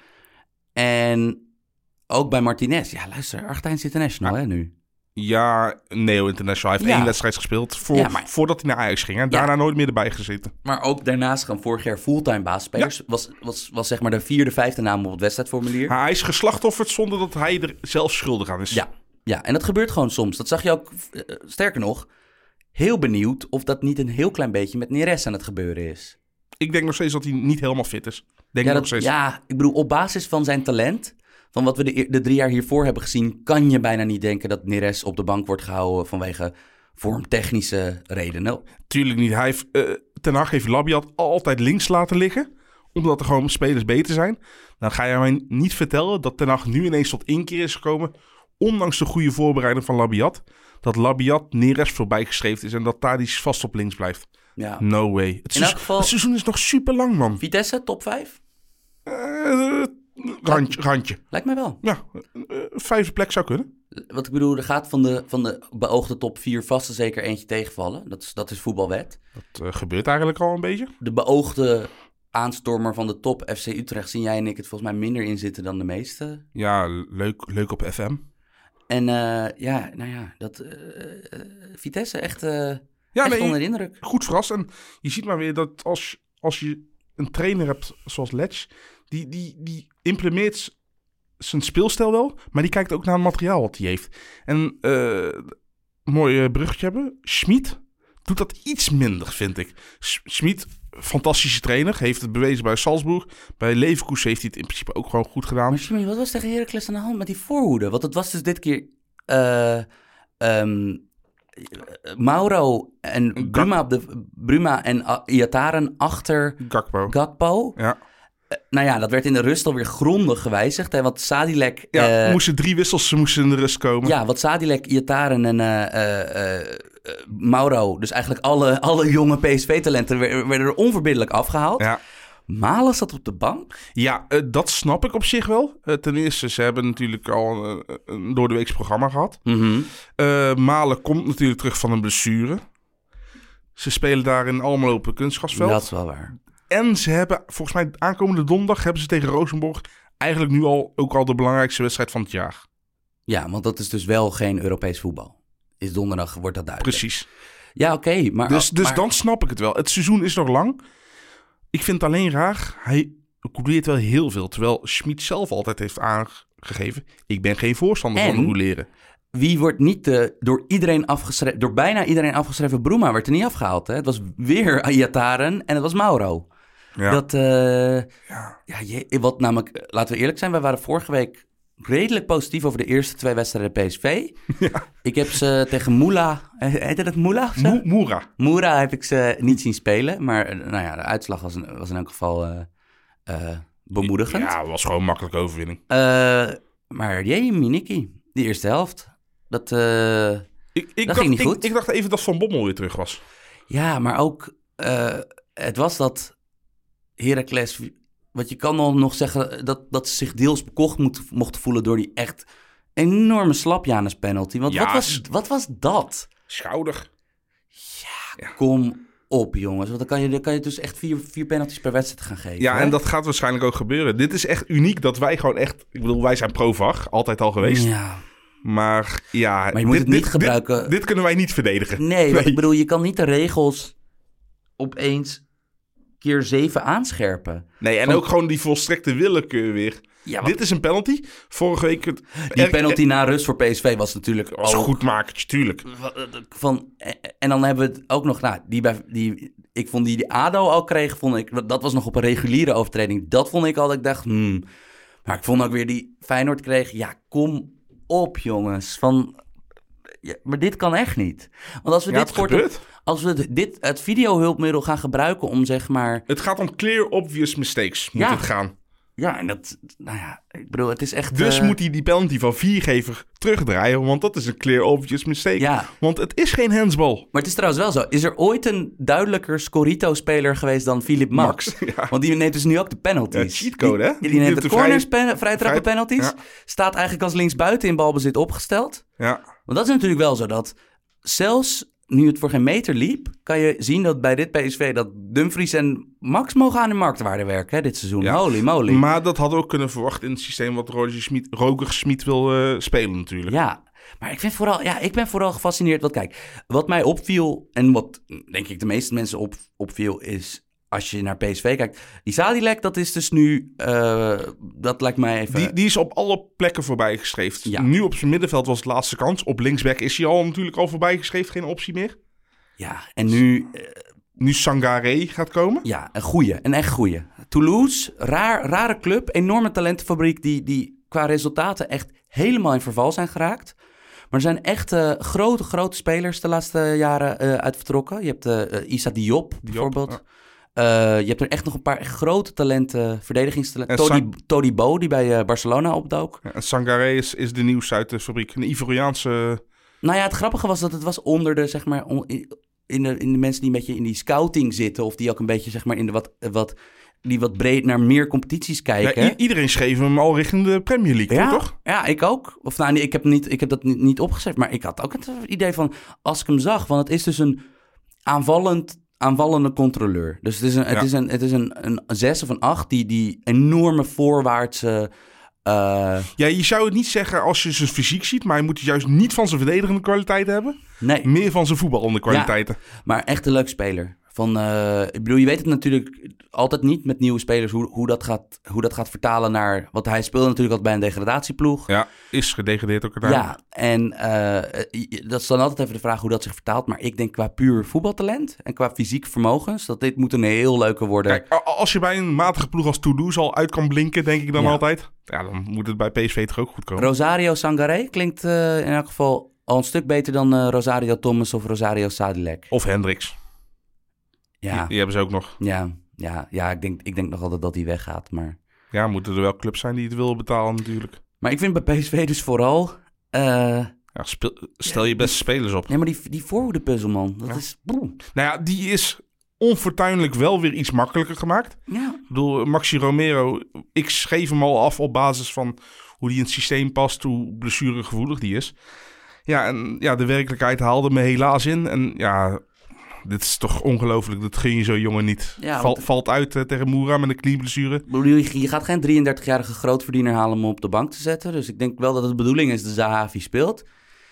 En ook bij Martinez. Ja, luister, Argentijnse international, Ja. hè, nu. Ja, Neo International. Hij heeft Ja. één wedstrijd gespeeld voor, Ja, maar- voordat hij naar Ajax ging. En daarna nooit meer erbij gezeten. Maar ook daarnaast gaan vorig jaar fulltime basisspelers. Was, was, was zeg maar de vierde, vijfde naam op het wedstrijdformulier. Maar hij is geslachtofferd zonder dat hij er zelf schuldig aan is. Ja, ja, en dat gebeurt gewoon soms. Dat zag je ook, uh, sterker nog, heel benieuwd of dat niet een heel klein beetje met Neres aan het gebeuren is. Ik denk nog steeds dat hij niet helemaal fit is. Denk Ja, nog dat, steeds. ja, ik bedoel, op basis van zijn talent, van wat we de, de drie jaar hiervoor hebben gezien, kan je bijna niet denken dat Neres op de bank wordt gehouden vanwege vormtechnische redenen. Tuurlijk niet. Hij heeft, uh, Ten Hag heeft Labiat altijd links laten liggen. Omdat er gewoon spelers beter zijn. Dan ga je mij niet vertellen dat Ten Hag nu ineens tot inkeer is gekomen. Ondanks de goede voorbereiding van Labiat. Dat Labiat Neres voorbijgestreefd is. En dat Tadic vast op links blijft. Ja. No way. Het, In seizoen, elk geval- het seizoen is nog super lang, man. Vitesse, top vijf? Uh, randje, randje. Lijkt mij wel. Ja, uh, vijfde plek zou kunnen. Wat ik bedoel, er gaat van de, van de beoogde top vier vast en zeker eentje tegenvallen. Dat is, dat is voetbalwet. Dat uh, gebeurt eigenlijk al een beetje. De beoogde aanstormer van de top, F C Utrecht, zien jij en ik het volgens mij minder in zitten dan de meeste. Ja, leuk, leuk op F M. En uh, ja, nou ja, dat uh, uh, Vitesse echt, uh, Ja, echt nee, onder de indruk. goed verrast. En je ziet maar weer dat als, als je een trainer hebt zoals Letch, die, die, die implementeert zijn speelstijl wel, maar die kijkt ook naar het materiaal wat hij heeft. En uh, mooi uh, bruggetje hebben. Schmid doet dat iets minder, vind ik. Schmid, fantastische trainer, heeft het bewezen bij Salzburg. Bij Leverkusen heeft hij het in principe ook gewoon goed gedaan. Maar Jimmy, wat was tegen Heracles aan de hand met die voorhoede? Want het was dus dit keer uh, um, Mauro en Bruma, op de, Bruma en uh, Iataren achter Gakpo. Gakpo. Ja. Uh, nou ja, dat werd in de rust alweer grondig gewijzigd. Hè, want Sadilek... Ja, uh, moesten drie wissels, ze moesten in de rust komen. Ja, wat Sadilek, Iataren en uh, uh, uh, Mauro, dus eigenlijk alle, alle jonge P S V-talenten werden er onverbiddelijk afgehaald. Ja. Malen zat op de bank? Ja, uh, dat snap ik op zich wel. Uh, ten eerste, ze hebben natuurlijk al uh, een doordeweeks programma gehad. Mm-hmm. Uh, Malen komt natuurlijk terug van een blessure. Ze spelen daar in Almelo op een kunstgrasveld. Dat is wel waar. En ze hebben, volgens mij aankomende donderdag... hebben ze tegen Rosenborg eigenlijk nu al ook al de belangrijkste wedstrijd van het jaar. Ja, want dat is dus wel geen Europees voetbal. Is donderdag, wordt dat duidelijk. Precies. Ja, oké. Okay, maar dus dus maar... dan snap ik het wel. Het seizoen is nog lang. Ik vind het alleen raar. Hij couleert wel heel veel. Terwijl Schmid zelf altijd heeft aangegeven... ik ben geen voorstander en... van couleren. Wie wordt niet de, door iedereen afgeschreven... door bijna iedereen afgeschreven Bruma werd er niet afgehaald. Hè? Het was weer Iataren en het was Mauro. Ja. Dat, uh, ja. ja, je, wat namelijk, laten we eerlijk zijn, wij waren vorige week redelijk positief over de eerste twee wedstrijden P S V. Ja. Ik heb ze tegen Moula, heet het Moula? Mo- Moura. Moura heb ik ze niet zien spelen, maar nou ja, de uitslag was in, was in elk geval uh, uh, bemoedigend. Ja, het was gewoon een makkelijke overwinning. Uh, maar jee, Miniki, die eerste helft, dat, uh, ik, ik dat dacht, ging niet ik, goed. Ik dacht even dat Van Bommel weer terug was. Ja, maar ook, uh, het was dat Heracles, wat je kan al nog zeggen, dat, dat ze zich deels bekocht moet, mochten voelen door die echt enorme slapjanus penalty. Want Ja, wat, was, wat was dat? Schouder. Ja, ja, kom op jongens. Want dan kan je, dan kan je dus echt vier, vier penalties per wedstrijd gaan geven. Ja, hè? en dat gaat waarschijnlijk ook gebeuren. Dit is echt uniek dat wij gewoon echt... Ik bedoel, wij zijn pro-V A R, altijd al geweest. Ja. Maar ja... Maar je moet dit, het niet dit, gebruiken... Dit, dit kunnen wij niet verdedigen. Nee, nee. Want ik bedoel, je kan niet de regels opeens keer zeven aanscherpen. Nee, en Want... ook gewoon die volstrekte willekeur weer. Ja, want... Dit is een penalty. Vorige week... Het... Die er... penalty na rust voor P S V was natuurlijk... was een ook... goedmakertje, tuurlijk. Van, en dan hebben we het ook nog... Nou, die bij, die, ik vond die, die A D O al kreeg, vond ik... Dat was nog op een reguliere overtreding. Dat vond ik al dat ik dacht... Hmm. Maar ik vond ook weer die Feyenoord kreeg... Ja, kom op jongens. Van... Ja, maar dit kan echt niet. Want als we ja, dit het kort... gebeurt. Als we dit, het videohulpmiddel gaan gebruiken om zeg maar... Het gaat om clear obvious mistakes, moet Ja. het gaan. Ja, en dat... Nou ja, ik bedoel, het is echt... Dus uh... moet hij die penalty van Viergever terugdraaien, want dat is een clear obvious mistake. Ja. Want het is geen handsbal. Maar het is trouwens wel zo. Is er ooit een duidelijker Scorito-speler geweest dan Philip Max? Max, ja. Want die neemt dus nu ook de penalties. Ja, cheatcode, hè? Die, die neemt de de vrije- corners, pen, vrije trappen vrije- penalties. ja. Staat eigenlijk als linksbuiten in balbezit opgesteld. Ja. Want dat is natuurlijk wel zo dat zelfs nu het voor geen meter liep, kan je zien dat bij dit P S V dat Dumfries en Max mogen aan de marktwaarde werken hè, dit seizoen. Ja. Holy moly. Maar dat hadden we ook kunnen verwachten in het systeem wat Roger Schmid, Roger Schmid wil uh, spelen natuurlijk. Ja, maar ik, vind vooral, ja, ik ben vooral gefascineerd. Want kijk, wat mij opviel en wat denk ik de meeste mensen op, opviel is... Als je naar P S V kijkt, die Sadilek, dat is dus nu, uh, dat lijkt mij even... Die, die is op alle plekken voorbij geschreven. Ja. Nu op zijn middenveld was het laatste kans. Op linksback is hij al natuurlijk al voorbij geschreven, geen optie meer. Ja, en nu... Uh, nu Sangaré gaat komen. Ja, een goeie, een echt goeie. Toulouse, raar, rare club, enorme talentenfabriek die, die qua resultaten echt helemaal in verval zijn geraakt. Maar er zijn echt uh, grote, grote spelers de laatste jaren uh, uit vertrokken. Je hebt uh, Issa Diop, Diop bijvoorbeeld. Ja. Uh, je hebt er echt nog een paar echt grote talenten, verdedigingstalenten. Todi, San... Todibo, die bij uh, Barcelona opdook. Ja, en Sangaré is, is de nieuwste uit de fabriek. Een Ivoriaanse... Nou ja, het grappige was dat het was onder de, zeg maar, on, in, de, in de mensen die een beetje in die scouting zitten. Of die ook een beetje, zeg maar, in de wat, wat, die wat breed naar meer competities kijken. Ja, i- iedereen schreef hem al richting de Premier League, ja, toch? Ja, ik ook. Of nou, nee, ik heb, niet, ik heb dat niet, niet opgeschreven. Maar ik had ook het idee van, als ik hem zag, want het is dus een aanvallend... aanvallende controleur. Dus het is een, het ja. is een, het is een, een zes of een acht die, die enorme voorwaartse... Uh... Ja, je zou het niet zeggen als je zijn fysiek ziet, maar je moet juist niet van zijn verdedigende kwaliteit hebben. Nee. Meer van zijn voetballende kwaliteiten. Ja, maar echt een leuk speler. Van, uh, ik bedoel, je weet het natuurlijk altijd niet met nieuwe spelers hoe, hoe, dat gaat, hoe dat gaat vertalen naar... Want hij speelde natuurlijk altijd bij een degradatieploeg. Ja, is gedegradeerd ook uiteindelijk. Ja, en uh, dat is dan altijd even de vraag hoe dat zich vertaalt. Maar ik denk qua puur voetbaltalent en qua fysiek vermogens... dat dit moet een heel leuke worden. Kijk, als je bij een matige ploeg als Toulouse al uit kan blinken, denk ik dan ja. altijd... Ja, dan moet het bij P S V toch ook goed komen. Rosario Sangaré klinkt uh, in elk geval al een stuk beter dan uh, Rosario Thomas of Rosario Sadilek. Of Hendricks. Ja. Die, die hebben ze ook nog. Ja, ja, ja ik, denk, ik denk nog altijd dat hij weggaat, maar... Ja, moeten er wel clubs zijn die het willen betalen natuurlijk. Maar ik vind bij P S V dus vooral... Uh... Ja, speel, stel je beste spelers op. Nee, maar die, die voorhoede puzzel, man. Dat ja. is... Boem. Nou ja, die is onfortuinlijk wel weer iets makkelijker gemaakt. Ja. Ik bedoel, Maxi Romero, ik schreef hem al af op basis van hoe die in het systeem past, hoe blessuregevoelig die is. Ja, en ja, de werkelijkheid haalde me helaas in. En ja, dit is toch ongelooflijk. Dat gun je zo'n jongen niet. Ja, Val, want... Valt uit uh, tegen Moura met een knieblessure. Je, je gaat geen drieëndertigjarige grootverdiener halen om op de bank te zetten. Dus ik denk wel dat het de bedoeling is dat Zahavi speelt.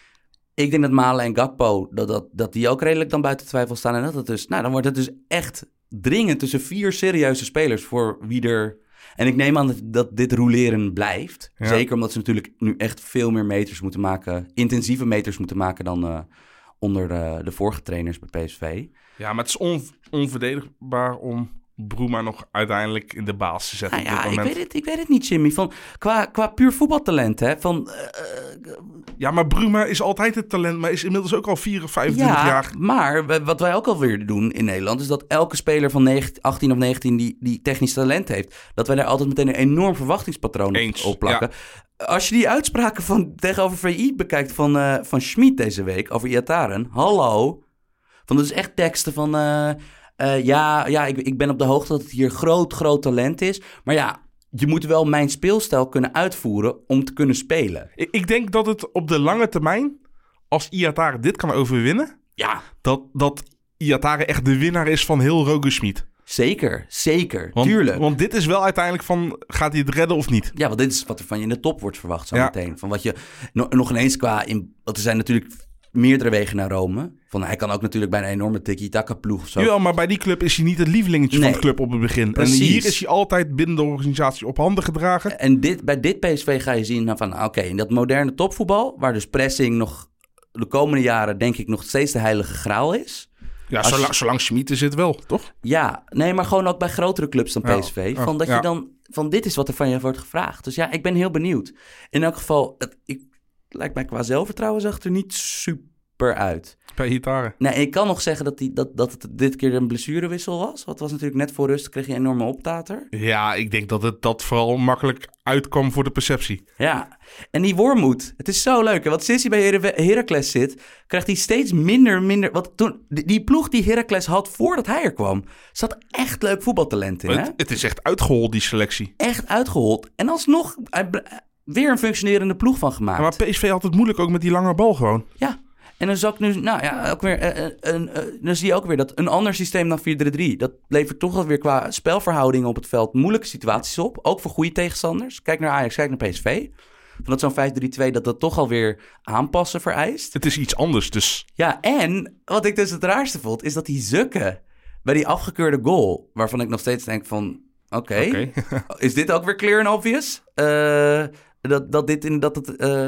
Ik denk dat Malen en Gakpo, dat, dat, dat die ook redelijk dan buiten twijfel staan. En dat het dus, nou, dan wordt het dus echt dringend tussen vier serieuze spelers voor wie er... En ik neem aan dat, dat dit roleren blijft. Ja. Zeker omdat ze natuurlijk nu echt veel meer meters moeten maken. Intensieve meters moeten maken dan uh, onder de, de vorige trainers bij P S V. Ja, maar het is on, onverdedigbaar om Bruma nog uiteindelijk in de baas te zetten. Nou op ja, dit ik moment. weet, het, ik weet het niet, Jimmy. Van, qua, qua puur voetbaltalent, hè. Van, uh, Ja, maar Bruma is altijd het talent, maar is inmiddels ook al vier of vijfentwintig ja, jaar. maar we- wat wij ook alweer doen in Nederland... is dat elke speler van negentien, achttien of negentien die, die technisch talent heeft... dat wij daar altijd meteen een enorm verwachtingspatroon Eens, op plakken. Als je die uitspraken van tegenover V I bekijkt van, uh, van Schmid deze week over Iataren... hallo, van dat is echt teksten van... Uh, uh, ja, ja ik, ik ben op de hoogte dat het hier groot, groot talent is. Maar ja, je moet wel mijn speelstijl kunnen uitvoeren om te kunnen spelen. Ik, ik denk dat het op de lange termijn, als Iatare dit kan overwinnen, Ja, dat, dat Iatare echt de winnaar is van heel Roger Schmid. zeker, zeker, Want, tuurlijk. Want dit is wel uiteindelijk van, gaat hij het redden of niet? Ja, want dit is wat er van je in de top wordt verwacht zo Ja. meteen. Van wat je no- nog ineens qua... In, want er zijn natuurlijk meerdere wegen naar Rome. Van, hij kan ook natuurlijk bij een enorme tiki-taka ploeg of zo. Jawel, maar bij die club is hij niet het lievelingetje Nee. van de club op het begin. Precies. En hier is hij altijd binnen de organisatie op handen gedragen. En dit, bij dit P S V ga je zien nou, van... Oké, in dat moderne topvoetbal... waar dus pressing nog de komende jaren... denk ik nog steeds de heilige graal is. Ja, Als je- zolang, zolang Schmid er zit wel, toch? Ja, nee, maar gewoon ook bij grotere clubs dan Ja. P S V. Ja. Van dat Ja. je dan... Van dit is wat er van je wordt gevraagd. Dus ja, ik ben heel benieuwd. In elk geval... Het, ik, lijkt mij qua zelfvertrouwen zag het er niet super uit. Bij Iatare. Nee, ik kan nog zeggen dat, die, dat, dat het dit keer een blessurewissel was. Want het was natuurlijk net voor rust, kreeg je een enorme optater. Ja, ik denk dat het dat vooral makkelijk uitkwam voor de perceptie. Ja, en die Wormoed, het is zo leuk. Hè? Want sinds hij bij Her- Heracles zit, krijgt hij steeds minder, minder... Want toen, die, die ploeg die Heracles had voordat hij er kwam, zat echt leuk voetbaltalent in. Hè? Het, het is echt uitgehold, die selectie. Echt uitgehold. En alsnog hij, weer een functionerende ploeg van gemaakt. Ja, maar P S V had het moeilijk ook met die lange bal gewoon. Ja, en dan zag ik nu, nou ja, ook weer, eh, eh, een, eh, dan zie je ook weer dat een ander systeem dan vier drie drie, dat levert toch wel weer qua spelverhoudingen op het veld moeilijke situaties op. Ook voor goede tegenstanders. Kijk naar Ajax, kijk naar P S V. Van dat zo'n vijf drie twee, dat dat toch alweer aanpassen vereist. Het is iets anders, dus... Ja, en wat ik dus het raarste vond, is dat die Zukken bij die afgekeurde goal, waarvan ik nog steeds denk van, oké, Oké. is dit ook weer clear and obvious? Uh, dat, dat dit in dat het... Uh,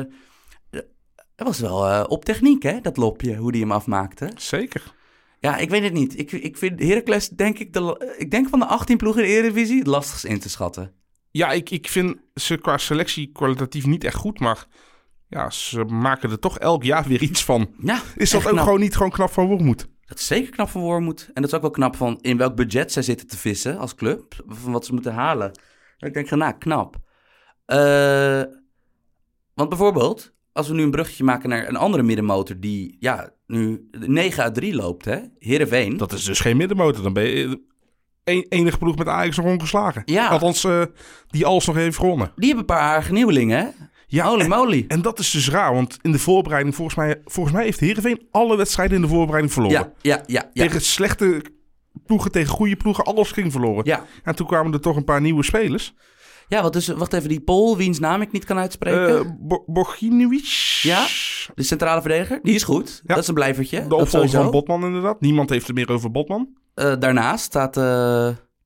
Het was wel uh, op techniek, hè, dat lopje, hoe die hem afmaakte. Zeker. Ja, ik weet het niet. Ik, ik vind Heracles, denk ik, de, ik denk van de achttien ploegen in de Eredivisie het lastigst in te schatten. Ja, ik, ik vind ze qua selectie kwalitatief niet echt goed, maar ja, ze maken er toch elk jaar weer iets van. Ja, Is dat echt ook knap. gewoon niet gewoon knap van Wormoed? Dat is zeker knap van Wormoed. En dat is ook wel knap van in welk budget zij zitten te vissen als club. Van wat ze moeten halen. Ik denk van, nou, knap. Uh, want bijvoorbeeld, als we nu een bruggetje maken naar een andere middenmotor die, ja, nu negen uit drie loopt, hè. Heerenveen. Dat is dus geen middenmotor. Dan ben je een, enige ploeg met Ajax nog ongeslagen. Ja. Althans, uh, die alles nog heeft gewonnen. Die hebben een paar aardige nieuwelingen, hè. Ja, Holy en, moly. en dat is dus raar, want in de voorbereiding, volgens mij, volgens mij heeft Heerenveen alle wedstrijden in de voorbereiding verloren. Ja, ja, ja. ja. Tegen slechte ploegen, tegen goede ploegen, alles ging verloren. Ja. En toen kwamen er toch een paar nieuwe spelers. Ja, wat dus, wacht even, die Pool, wiens naam ik niet kan uitspreken. Uh, Bo- Boginovic. Ja, de centrale verdediger. Die is goed. Ja. Dat is een blijvertje. De dat opvolger sowieso. van Botman inderdaad. Niemand heeft er meer over Botman. Uh, daarnaast staat... Uh,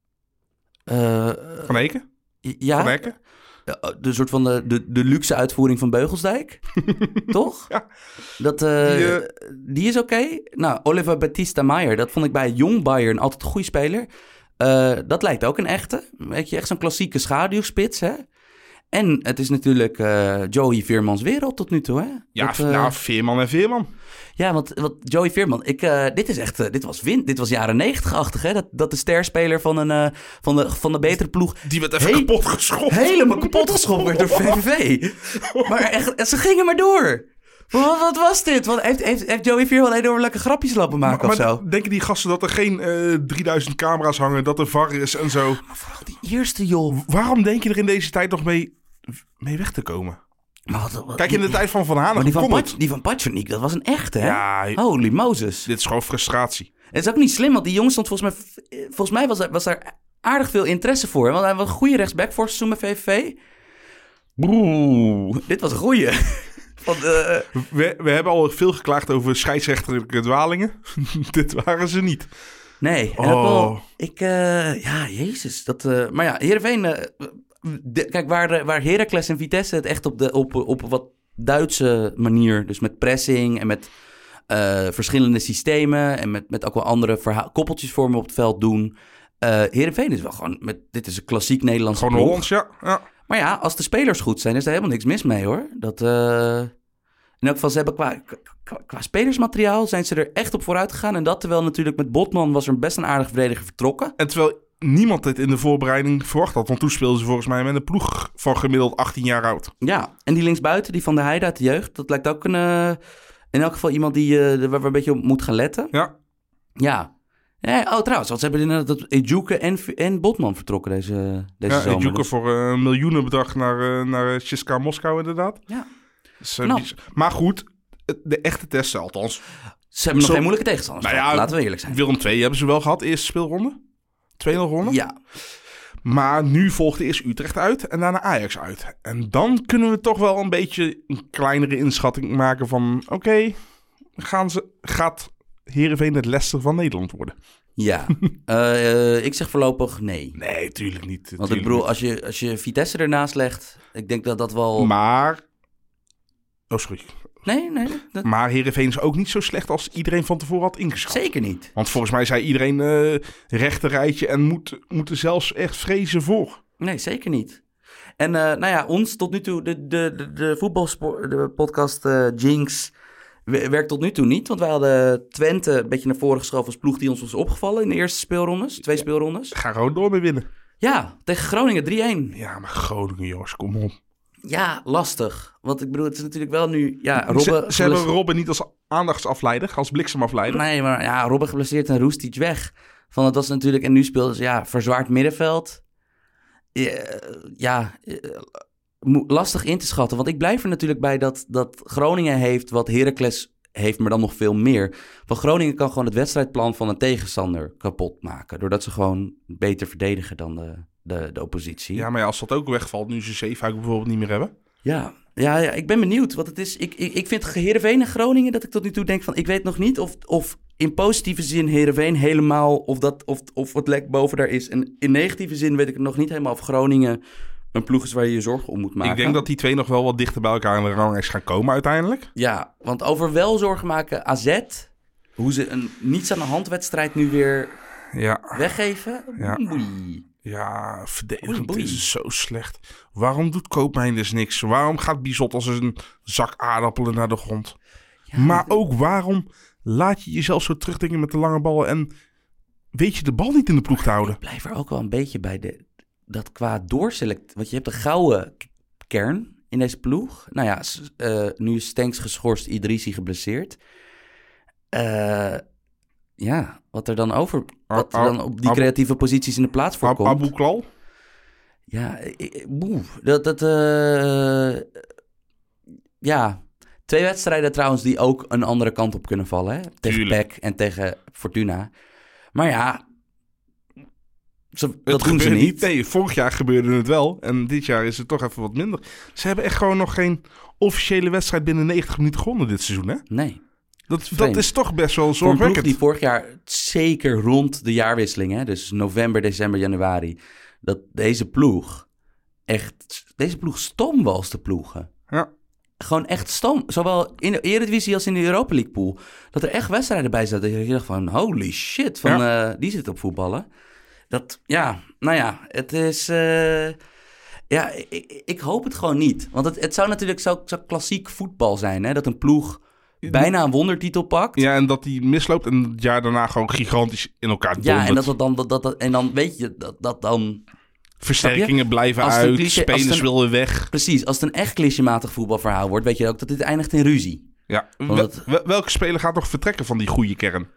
uh, Van Eken? ja, Van Eken? de soort van de, de, de luxe uitvoering van Beugelsdijk. Toch? Ja. Dat, uh, Die, uh, die is oké. Okay. Nou, Oliver Batista Maier, dat vond ik bij Jong Bayern altijd een goede speler. Uh, dat lijkt ook een echte. Weet je, echt zo'n klassieke schaduwspits, hè? En het is natuurlijk uh, Joey Veermans wereld tot nu toe, hè? Ja, dat, uh, nou, Veerman en Veerman. Ja, want, want Joey Veerman, ik, uh, dit is echt, uh, dit was win, dit was jaren negentig-achtig, hè? Dat, dat de sterspeler van, een, uh, van, de, van de betere ploeg Die werd even He- kapot geschopt. helemaal kapot geschopt werd door V V V. Maar echt, ze gingen maar door. Wat, wat was dit? Wat, heeft, heeft, heeft Joey Veer wel enorm lekker grapjes lopen maken maar, of maar zo? denken die gasten dat er geen uh, drieduizend camera's hangen, dat er V A R is en zo? Maar vooral die eerste, joh. Waarom denk je er in deze tijd nog mee, mee weg te komen? Maar wat, wat, Kijk, in de die, tijd van Van Hanegem die van, kon Pat, die van Patjoniek, dat was een echte, hè? Ja, Holy Moses. dit is gewoon frustratie. Het is ook niet slim, want die jongen stond volgens mij... Volgens mij was, er, was daar aardig veel interesse voor. Want hij was een goede rechtsback voor seizoen met V V V. Oeh, dit was een goeie. Want, uh, we, we hebben al veel geklaagd over scheidsrechterlijke dwalingen. Dit waren ze niet. Nee, en oh. ook wel... Ik, uh, ja, jezus. Dat, uh, maar ja, Heerenveen... Uh, de, kijk, waar, waar Heracles en Vitesse het echt op, de, op, op wat Duitse manier... Dus met pressing en met uh, verschillende systemen... En met, met ook wel andere verha- koppeltjes vormen op het veld doen... Uh, Heerenveen is wel gewoon... Met, dit is een klassiek Nederlandse Gewoon ploeg. Hollands, ja. ja. Maar ja, als de spelers goed zijn, is er helemaal niks mis mee, hoor. Dat, uh, in elk geval, ze hebben qua, qua, qua spelersmateriaal zijn ze er echt op vooruit gegaan. En dat terwijl natuurlijk met Botman was er best een aardige verdediger vertrokken. En terwijl niemand dit in de voorbereiding verwacht had. Want toen speelden ze volgens mij met een ploeg van gemiddeld achttien jaar oud. Ja, en die linksbuiten, die van de Heide uit de jeugd, dat lijkt ook een, uh, in elk geval iemand die, uh, waar we een beetje op moet gaan letten. Ja. Ja. Ja, oh, trouwens, want ze hebben inderdaad dat Ejuke en, en Botman vertrokken deze, deze ja, zomer. Ejuke dus. voor een uh, miljoenenbedrag naar, uh, naar C S K A Moskou inderdaad. Ja. Dus, uh, Nou. die, maar goed, de echte testen althans. Ze hebben nog Zo- geen moeilijke tegenstanders. Nou ja, laten we eerlijk zijn. Willem twee hebben ze wel gehad, eerste speelronde. twee nul gewonnen. Ja, Maar nu volgde eerst Utrecht uit en daarna Ajax uit. En dan kunnen we toch wel een beetje een kleinere inschatting maken van... Oké, okay, gaan ze gaat Heerenveen het Leicester van Nederland worden? ja. uh, uh, ik zeg voorlopig nee. Nee, tuurlijk niet. Want ik tuurlijk bedoel, als je, als je Vitesse ernaast legt, ik denk dat dat wel... niet. Maar... Oh, sorry. Nee, nee, dat... Maar Heerenveen is ook niet zo slecht als iedereen van tevoren had ingeschat. zeker niet. Want volgens mij zei iedereen uh, rechte rijtje en moet, moet er zelfs echt vrezen voor. Nee, zeker niet. En uh, nou ja, ons tot nu toe, de, de, de, de voetbalsport, de podcast uh, Jinx w- werkt tot nu toe niet. Want wij hadden Twente een beetje naar voren geschoven als ploeg die ons was opgevallen in de eerste speelrondes. Twee speelrondes. Ga gewoon door mee winnen. Ja, tegen Groningen drie-één. Ja, maar Groningen, jongens, kom op. Ja, lastig. Want ik bedoel, het is natuurlijk wel nu... Ja, Ze, Robben, ze hebben Robben niet als aandachtsafleider, als bliksemafleider. Nee, maar ja, Robben geblesseerd en Roestic weg. Van het was natuurlijk... En nu speelden ze, ja, verzwaard middenveld. Ja, ja mo- lastig in te schatten. Want ik blijf er natuurlijk bij dat, dat Groningen heeft wat Heracles heeft, maar dan nog veel meer. Van Groningen kan gewoon het wedstrijdplan van een tegenstander kapot maken. Doordat ze gewoon beter verdedigen dan de, de, de oppositie. Ja, maar ja, als dat ook wegvalt, nu ze Zeefuik bijvoorbeeld niet meer hebben. Ja, ja, ja, ik ben benieuwd. Want het is, ik, ik, ik vind Heerenveen en Groningen dat ik tot nu toe denk van... Ik weet nog niet of, of in positieve zin Heerenveen helemaal... Of, dat, of, of het lek boven daar is. En in negatieve zin weet ik nog niet helemaal of Groningen een ploeg is waar je je zorgen om moet maken. Ik denk dat die twee nog wel wat dichter bij elkaar in de ranglijst gaan komen uiteindelijk. Ja, want over wel zorgen maken A Z... Hoe ze een niets aan de hand wedstrijd nu weer Ja, weggeven. Ja. Oei. ja verdedigend Oei, oei. is het zo slecht. Waarom doet Koopmijn dus niks? Waarom gaat Bizot als een zak aardappelen naar de grond? Ja, Maar ook waarom laat je jezelf zo terugdenken met de lange ballen en weet je de bal niet in de ploeg te houden? Ik blijf er ook wel een beetje bij de, dat qua doorselect... Want je hebt een gouden k- kern in deze ploeg. Nou ja, s- uh, nu is Stenks geschorst, Idrissi geblesseerd. Uh, ja, wat er dan over... Wat er dan op die Abu- creatieve posities in de plaats Ab- voorkomt. Abu Klal? Ja, ik- ik- boe, dat... dat uh, ja, twee wedstrijden trouwens die ook een andere kant op kunnen vallen. Hè? Tegen Tuurlijk. P E C en tegen Fortuna. Maar ja... Ze, Het dat doen ze gebeurt niet. Nee, vorig jaar gebeurde het wel. En dit jaar is het toch even wat minder. Ze hebben echt gewoon nog geen officiële wedstrijd binnen negentig minuten gewonnen dit seizoen, hè? Nee. Dat, Vreemd. dat is toch best wel Voor een ploeg zorgwekkend. die vorig jaar zeker rond de jaarwisseling, hè, dus november, december, januari, dat deze ploeg echt, deze ploeg stom was te ploegen. Ja. Gewoon echt stom. Zowel in de Eredivisie als in de Europa League pool. Dat er echt wedstrijden bij zaten. Dat je dacht van, holy shit, van, eh, die zit op voetballen. Dat, ja, nou ja, het is... eh, ja, ik, ik hoop het gewoon niet. Want het, het zou natuurlijk zo, zo klassiek voetbal zijn, hè? Dat een ploeg bijna een wondertitel pakt. Ja, en dat die misloopt en het jaar daarna gewoon gigantisch in elkaar dondert. Ja, en dat, dat dan, dat, dat, dat- en dan weet je dat, dat dan... Versterkingen blijven Als het een uit, cliché- als het spelers een- willen weg. Precies, als het een echt clichématig voetbalverhaal wordt, weet je ook dat dit eindigt in ruzie. Ja, Want wel- het- wel- welke speler gaat nog vertrekken van die goede kern?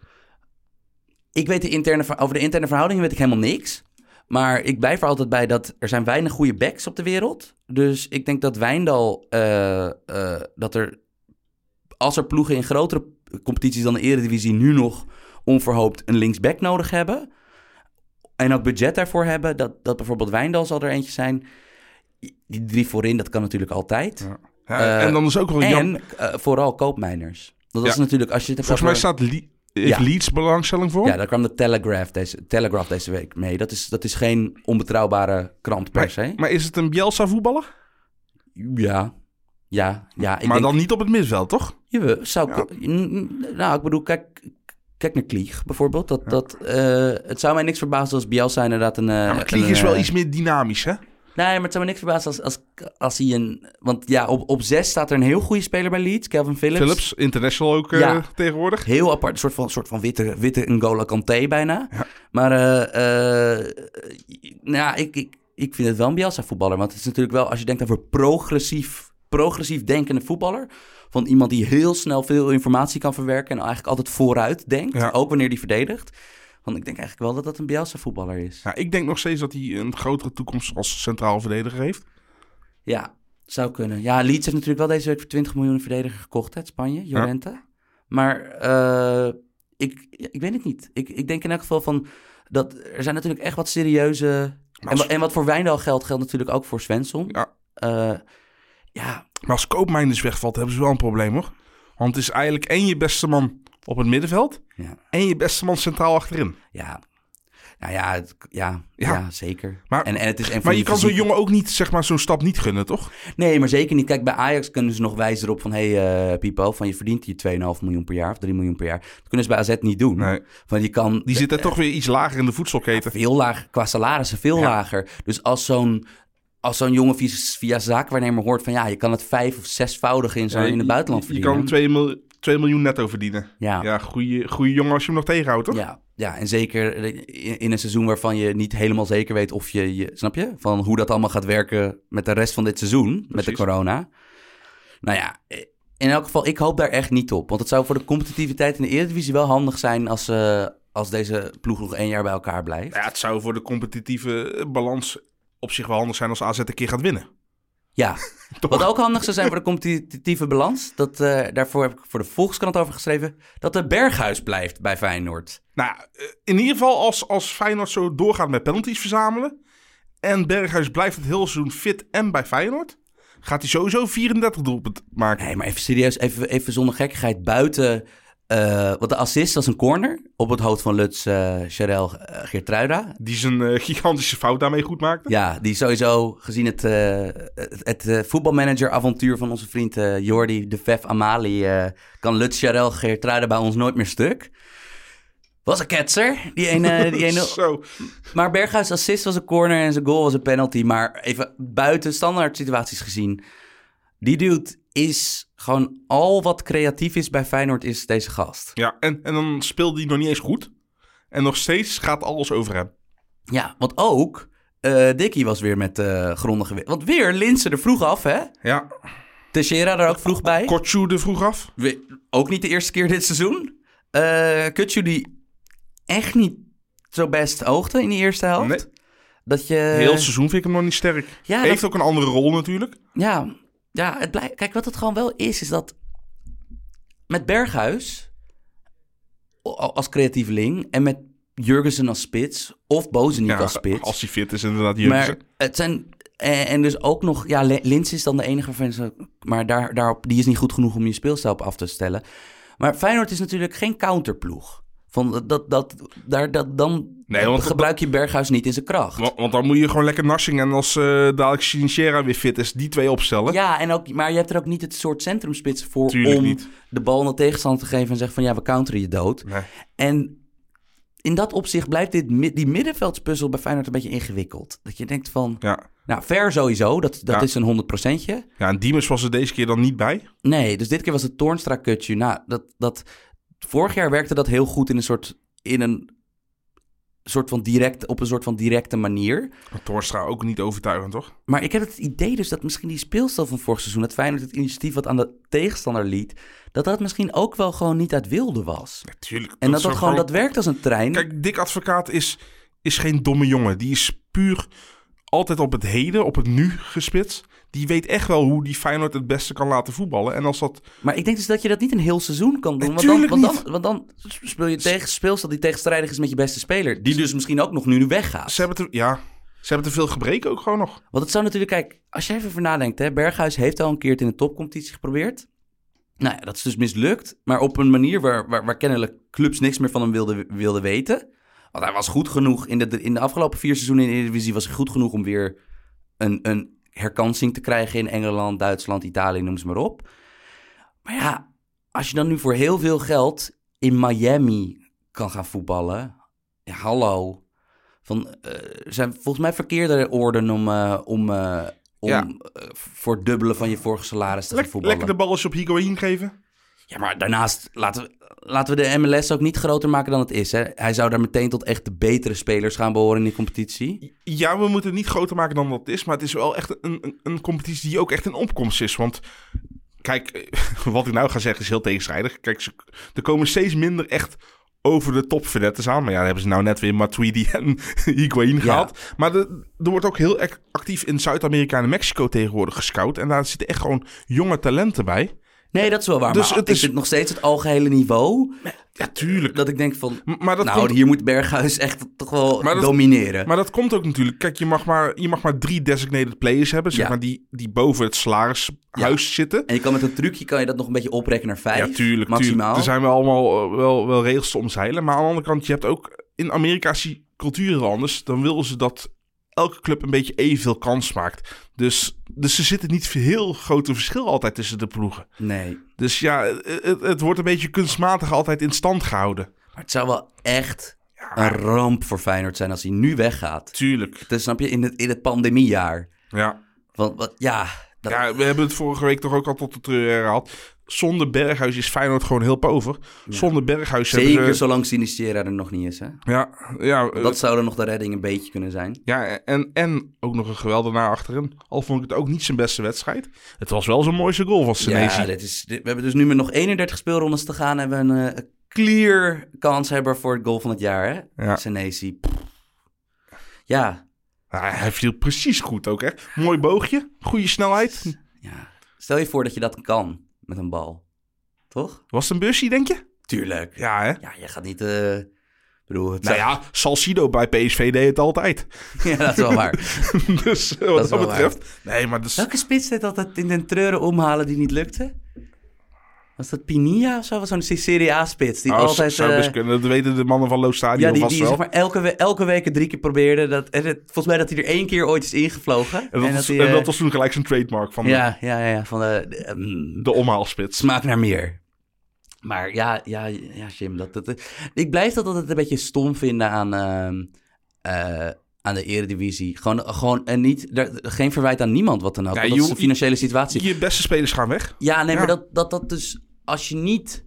Ik weet de interne, ver- over de interne verhoudingen weet ik helemaal niks. Maar ik blijf er altijd bij dat er zijn weinig goede backs op de wereld. Dus ik denk dat Wijndal, eh, eh, dat er, als er ploegen in grotere competities dan de Eredivisie nu nog onverhoopt een linksback nodig hebben. En ook budget daarvoor hebben. Dat, dat bijvoorbeeld Wijndal zal er eentje zijn. Die drie voorin, dat kan natuurlijk altijd. Ja. Ja, Eh, en dan is ook wel jam- En eh, vooral koopmijners. Dat Ja. is natuurlijk, als je het hebt Volgens mij over- staat Le- heeft Ja. Leeds belangstelling voor. Ja, daar kwam de Telegraph deze, Telegraph deze week mee. Dat is, dat is geen onbetrouwbare krant per se. maar, maar is het een Bielsa voetballer? Ja, ja, ja. Ik maar denk, dan niet op het middenveld, toch? Jawel, zou, Ja. ik- n- n- nou, ik bedoel, kijk, kijk naar Klieg bijvoorbeeld. Dat, Ja. dat, eh, het zou mij niks verbazen als Bielsa inderdaad een... eh, Ja, maar Klieg een, is wel eh, iets meer dynamisch, hè? Nee, maar het zou me niks verbazen als, als, als hij een... Want ja, op, op zes staat er een heel goede speler bij Leeds, Calvin Phillips. Phillips, international ook eh, Ja. tegenwoordig. Heel apart, een soort van, soort van witte, witte N'Golo Kanté bijna. Ja. Maar eh, eh, nou, ik, ik, ik vind het wel een Bielsa-voetballer. Want het is natuurlijk wel, als je denkt over progressief, progressief denkende voetballer... van iemand die heel snel veel informatie kan verwerken... en eigenlijk altijd vooruit denkt, Ja. ook wanneer die verdedigt. Want ik denk eigenlijk wel dat dat een Bielsa-voetballer is. Ja, ik denk nog steeds dat hij een grotere toekomst als centraal verdediger heeft. Ja, zou kunnen. Ja, Leeds heeft natuurlijk wel deze week voor twintig miljoen een verdediger gekocht uit Spanje, Llorente. Maar eh, ik, ik weet het niet. Ik, ik denk in elk geval van dat er zijn natuurlijk echt wat serieuze... Maar En, als, wa- en wat voor Wijndal geldt, geldt natuurlijk ook voor Svensson. ja, Eh, ja, maar als Koopmeiners wegvalt, hebben ze wel een probleem, hoor. Want het is eigenlijk één je beste man op het middenveld... ja, en je beste man centraal achterin. ja. Nou ja, het- ja, ja. Ja. zeker. Maar- en, en het is een van Maar je die kan zo'n fysieke- jongen ook niet, zeg maar, zo'n stap niet gunnen, toch? Nee, maar zeker niet. Kijk, bij Ajax kunnen ze nog wijzen erop van... hé, hey, uh, Pipo, van je verdient hier twee komma vijf miljoen per jaar... of drie miljoen per jaar. Dat kunnen ze bij A Z niet doen. Nee. Want je kan... Die zitten toch weer iets lager in de voedselketen. Veel lager, qua salarissen veel Ja. lager. Dus als zo'n, als zo'n jongen via, via zaakwaarnemer hoort van... ja, je kan het vijf of zesvoudig in, zo, Ja, in het je- buitenland je, verdienen. kan twee mil- twee miljoen netto verdienen. Ja. Ja, goede, goede jongen als je hem nog tegenhoudt, toch? Ja, ja, en zeker in, in een seizoen waarvan je niet helemaal zeker weet of je, je... Snap je? Van hoe dat allemaal gaat werken met de rest van dit seizoen. Met de Precies. corona. Nou ja, in elk geval, ik hoop daar echt niet op. Want het zou voor de competitiviteit in de Eredivisie wel handig zijn... als, uh, als deze ploeg nog één jaar bij elkaar blijft. Ja, het zou voor de competitieve balans op zich wel handig zijn als A Z een keer gaat winnen. Ja, Toch? wat ook handig zou zijn voor de competitieve balans... Dat, uh, daarvoor heb ik voor de Volkskrant over geschreven... dat de Berghuis blijft bij Feyenoord. Nou, eh, in ieder geval als, als Feyenoord zo doorgaat met penalties verzamelen... en Berghuis blijft het heel seizoen fit en bij Feyenoord... gaat hij sowieso vierendertig doelpunten maken. Nee, maar even serieus, even, even zonder gekkigheid. Buiten, uh, wat de assist was een corner... op het hoofd van Lutz uh, Charel uh, Geertruida. Die zijn uh, gigantische fout daarmee goed maakte. Ja, die sowieso gezien het, uh, het, het uh, voetbalmanager-avontuur van onze vriend uh, Jordi de Vef Amali... Uh, kan Lutz Charel Geertruida bij ons nooit meer stuk. Was een ketser, die ene... Die ene... Zo. Maar Berghuis' assist was een corner en zijn goal was een penalty. Maar even buiten standaard situaties gezien... die dude is gewoon al wat creatief is bij Feyenoord is deze gast. Ja, en, en dan speelde hij nog niet eens goed. En nog steeds gaat alles over hem. Ja, want ook... Uh, Dickie was weer met uh, gronden geweest. Want weer Linse er vroeg af, hè? Ja. Teixeira er ook vroeg bij. Kortsjoe er vroeg af. We, ook niet de eerste keer dit seizoen. Uh, Kutsu die echt niet zo best oogde in die eerste helft. Nee. Dat je... Heel het seizoen vind ik hem nog niet sterk. Ja, Heeft dat... ook een andere rol natuurlijk. Ja, ja het blijkt... Kijk, wat het gewoon wel is, is dat... met Berghuis als creatieveling en met Jurgensen als spits of Bozeniek Ja, als spits. als hij fit is inderdaad Jurgensen. Maar het zijn... En, en dus ook nog... Ja, Linz is dan de enige van ze... Maar daar, daarop, die is niet goed genoeg om je speelstijl op af te stellen. Maar Feyenoord is natuurlijk geen counterploeg. Van dat, dat, daar, dat, dan Nee, want gebruik je Berghuis niet in zijn kracht. Want, want dan moet je gewoon lekker Narsing en als uh, dadelijk Sinchera weer fit is, die twee opstellen. Ja, en ook, maar je hebt er ook niet het soort centrumspits voor Tuurlijk om niet. de bal naar tegenstander te geven en zeggen van ja, we counteren je dood. Nee. En in dat opzicht blijft dit, die middenveldspuzzel bij Feyenoord een beetje ingewikkeld. Dat je denkt van, Ja. nou, Ver sowieso, dat, dat Ja. is een honderd procentje. Ja, en Diemers was er deze keer dan niet bij. Nee, dus dit keer was het Toornstra kutje. Nou, dat, dat, vorig jaar werkte dat heel goed in een soort, in een soort van direct, op een soort van directe manier. Toornstra ook niet overtuigend, toch? Maar ik heb het idee dus dat misschien die speelstijl van vorig seizoen, het Feyenoord het initiatief wat aan de tegenstander liet, dat dat misschien ook wel gewoon niet uit wilde was. Natuurlijk. En dat dat gewoon, dat werkt als een trein. Kijk, Dick Advocaat is, is geen domme jongen. Die is puur altijd op het heden, op het nu gespitst. Die weet echt wel hoe die Feyenoord het beste kan laten voetballen. En als dat... Maar ik denk dus dat je dat niet een heel seizoen kan doen. Want dan, want, dan, want dan speel je tegen speelstijl die tegenstrijdig is met je beste speler. Die dus misschien ook nog nu weggaat. Ze hebben te, ja, ze hebben te veel gebreken ook gewoon nog. Want het zou natuurlijk, kijk, als je even over nadenkt, hè, Berghuis heeft al een keer het in de topcompetitie geprobeerd. Nou ja, dat is dus mislukt. Maar op een manier waar, waar, waar kennelijk clubs niks meer van hem wilden, wilden weten. Want hij was goed genoeg. In de, in de afgelopen vier seizoenen in de Eredivisie was hij goed genoeg om weer een, een herkansing te krijgen in Engeland, Duitsland, Italië, noem ze maar op. Maar ja, als je dan nu voor heel veel geld in Miami kan gaan voetballen. Ja, hallo. Van, uh, er zijn volgens mij verkeerde orden om, uh, om, uh, om Ja. uh, voor het dubbele van je vorige salaris te gaan Lek, voetballen. lekker de balletjes op Higuain geven. Ja, maar daarnaast laten we, laten we de M L S ook niet groter maken dan het is. Hè? Hij zou daar meteen tot echt de betere spelers gaan behoren in die competitie. Ja, we moeten het niet groter maken dan dat het is. Maar het is wel echt een, een, een competitie die ook echt een opkomst is. Want kijk, wat ik nou ga zeggen is heel tegenstrijdig. Kijk, ze, er komen steeds minder echt over de topverdettes aan. Maar ja, dan hebben ze nou net weer Matuidi en Higuain gehaald. Maar de, er wordt ook heel erg actief in Zuid-Amerika en Mexico tegenwoordig gescout. En daar zitten echt gewoon jonge talenten bij. Nee, dat is wel waar. Dus maar het ik is- vind nog steeds het algehele niveau. Ja, tuurlijk. Dat ik denk van, M- Maar dat, nou, komt, hier moet Berghuis echt toch wel Maar dat- domineren. maar dat komt ook natuurlijk. Kijk, je mag maar, je mag maar drie designated players hebben. Zeg Ja. maar die, die boven het salarishuis zitten. En je kan met een trucje kan je dat nog een beetje oprekken naar vijf. Ja, tuurlijk, maximaal. tuurlijk. Er zijn wel allemaal uh, wel, wel regels te omzeilen. Maar aan de andere kant, je hebt ook in Amerika is die cultuur heel anders. Dan willen ze dat elke club een beetje evenveel kans maakt. Dus, dus er zit niet heel grote verschil altijd tussen de ploegen. Nee, Dus ja, het, het, het wordt een beetje kunstmatig altijd in stand gehouden. maar het zou wel echt Ja, een ramp voor Feyenoord zijn als hij nu weggaat. tuurlijk. Dus snap je, in het, in het pandemiejaar. Ja. Want wat, ja, dat, ja, we hebben het vorige week toch ook al tot de treur herhaald. Zonder Berghuis is Feyenoord gewoon heel pover. Zonder Berghuis hebben zeker ze... zolang Sinistera er nog niet is. Hè? Ja, ja, eh, Dat zou dan nog de redding een beetje kunnen zijn. ja en, en ook nog een geweldenaar achterin. Al vond ik het ook niet zijn beste wedstrijd. Het was wel zijn mooiste goal van Senesi. Ja, dit is, dit- we hebben dus nu met nog eenendertig speelrondes te gaan. Hebben we een eh, clear kanshebber voor het goal van het jaar. Hè? Ja. Senesi. Pff. Ja, Ja, hij viel precies goed ook, hè. Mooi boogje, goede snelheid. ja. Stel je voor dat je dat kan met een bal. Toch? Was het een busje, denk je? Tuurlijk. Ja, hè. Ja, je gaat niet... eh, ik bedoel, het Nou zou- ja, Salcido bij P S V deed het altijd. ja, dat is wel waar. Dus eh, Dat wat is dat wel betreft... Nee, maar dus... Welke spits deed altijd in den treuren omhalen die niet lukte? Was dat Pinilla of zo? Was zo'n Serie A-spits die Oh, altijd... zou eh, best kunnen. Dat weten de mannen van Loos Stadion ja, die, vast die wel. zeg maar elke, we- elke week drie keer probeerde. Dat, en het, volgens mij dat hij er één keer ooit is ingevlogen. En dat, was, hij, en eh, dat was toen gelijk zijn trademark van de, ja, ja, ja, van de... de, mm, de omhaalspits. smaak naar meer. Maar ja, ja, ja Jim, dat, dat, ik blijf dat altijd een beetje stom vinden aan, ehm, eh, aan de Eredivisie. Gewoon, gewoon en niet, er, geen verwijt aan niemand wat dan ook. Ja, want je- dat is de financiële situatie. Je beste spelers gaan weg. Ja, nee, Ja. maar dat, dat dat dus... Als je niet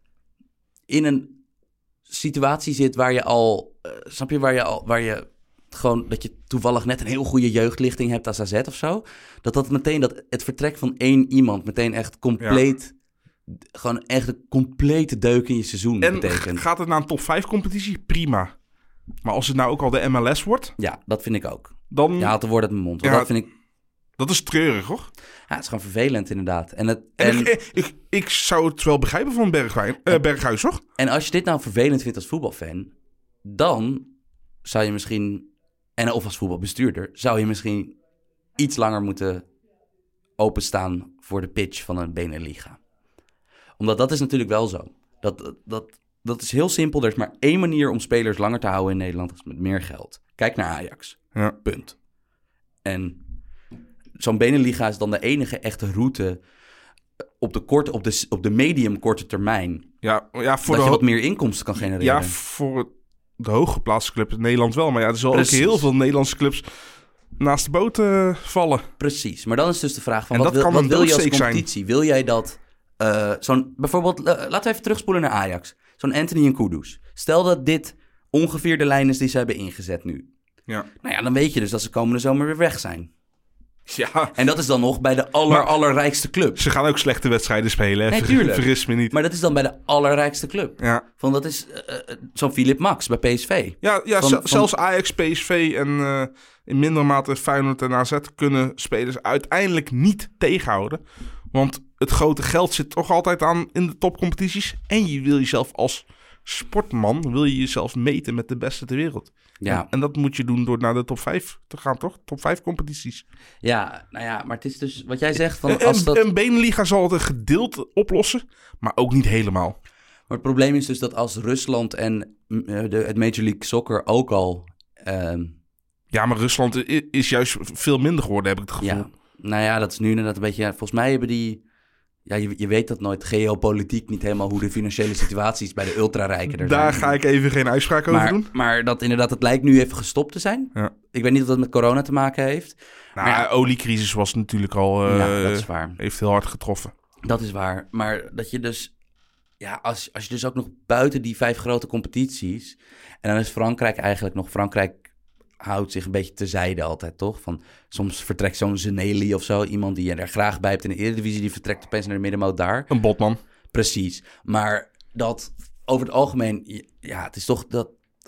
in een situatie zit waar je al... eh, snap je, waar je al... Waar je gewoon dat je toevallig net een heel goede jeugdlichting hebt als A Z of zo. Dat dat meteen, dat het vertrek van één iemand meteen echt compleet... Gewoon echt een complete deuk in je seizoen En betekent. gaat het naar een top vijf competitie? Prima. Maar als het nou ook al de M L S wordt, Ja, dat vind ik ook. dan... Ja, haalt de woord uit mijn mond. Want Ja. dat vind ik... Dat is treurig, hoor. Ja, het is gewoon vervelend inderdaad. En, het, En, en, ik, ik, ik zou het wel begrijpen van Bergwijn, eh, Berghuis, hoor. En als je dit nou vervelend vindt als voetbalfan, dan zou je misschien, en of als voetbalbestuurder, zou je misschien iets langer moeten openstaan voor de pitch van een Beneliga. Omdat dat is natuurlijk wel zo. Dat, dat, dat is heel simpel. Er is maar één manier om spelers langer te houden in Nederland, dat is met meer geld. Kijk naar Ajax. Ja. Punt. En zo'n Beneliga is dan de enige echte route op de, korte, op de, op de medium korte termijn. Ja, ja, voor dat de, je ho- wat meer inkomsten kan genereren. ja, voor de hooggeplaatste club in Nederland wel. Maar ja, er zullen ook Precies. heel veel Nederlandse clubs naast de boot eh, vallen. Precies, maar dan is dus de vraag van En wat, dat wil, kan wat een wil je als doodsteek zijn. competitie? Wil jij dat, eh, zo'n, bijvoorbeeld, eh, laten we even terugspoelen naar Ajax. Zo'n Anthony en Kudus. Stel dat dit ongeveer de lijn is die ze hebben ingezet nu. Ja. Nou ja, dan weet je dus dat ze komende zomer weer weg zijn. Ja. En dat is dan nog bij de aller, Maar- allerrijkste club. Ze gaan ook slechte wedstrijden spelen. Hè? Nee, Ver- tuurlijk. Vergis me niet. Maar dat is dan bij de allerrijkste club. Ja, Van dat is uh, uh, zo'n Philip Max bij P S V. ja, ja Van- z- van- zelfs Ajax, P S V en uh, in mindere mate Feyenoord en A Z kunnen spelers uiteindelijk niet tegenhouden. Want het grote geld zit toch altijd aan in de topcompetities. En je wil jezelf als sportman, wil je jezelf meten met de beste ter wereld. Ja. En, en dat moet je doen door naar de top vijf te gaan, toch? Top vijf competities. Ja, nou ja, maar het is dus wat jij zegt. Van Een, als dat... een Beneliga zal het een gedeelte oplossen, maar ook niet helemaal. Maar het probleem is dus dat als Rusland en mm, uh, de, het Major League Soccer ook al... ehm, Ja, maar Rusland i- is juist veel minder geworden, heb ik het gevoel. ja, nou ja, dat is nu inderdaad een beetje... Volgens mij hebben die... Ja, je, je weet dat nooit, geopolitiek niet helemaal hoe de financiële situaties bij de ultrarijken er Daar zijn. ga ik even geen uitspraak over maar, doen. maar dat inderdaad, het lijkt nu even gestopt te zijn. Ja. Ik weet niet of dat met corona te maken heeft. Nou, Maar ja. oliecrisis was natuurlijk al... eh, ja, dat is waar. heeft heel hard getroffen. Dat is waar. Maar dat je dus... Ja, als, als je dus ook nog buiten die vijf grote competities... En dan is Frankrijk eigenlijk nog... Frankrijk houdt zich een beetje terzijde altijd, toch? Van, soms vertrekt zo'n Zeneli of zo. Iemand die er graag bij hebt in de Eredivisie... die vertrekt opeens naar de middenmoot daar. Een botman. Precies. Maar dat over het algemeen... Ja, het is toch dat...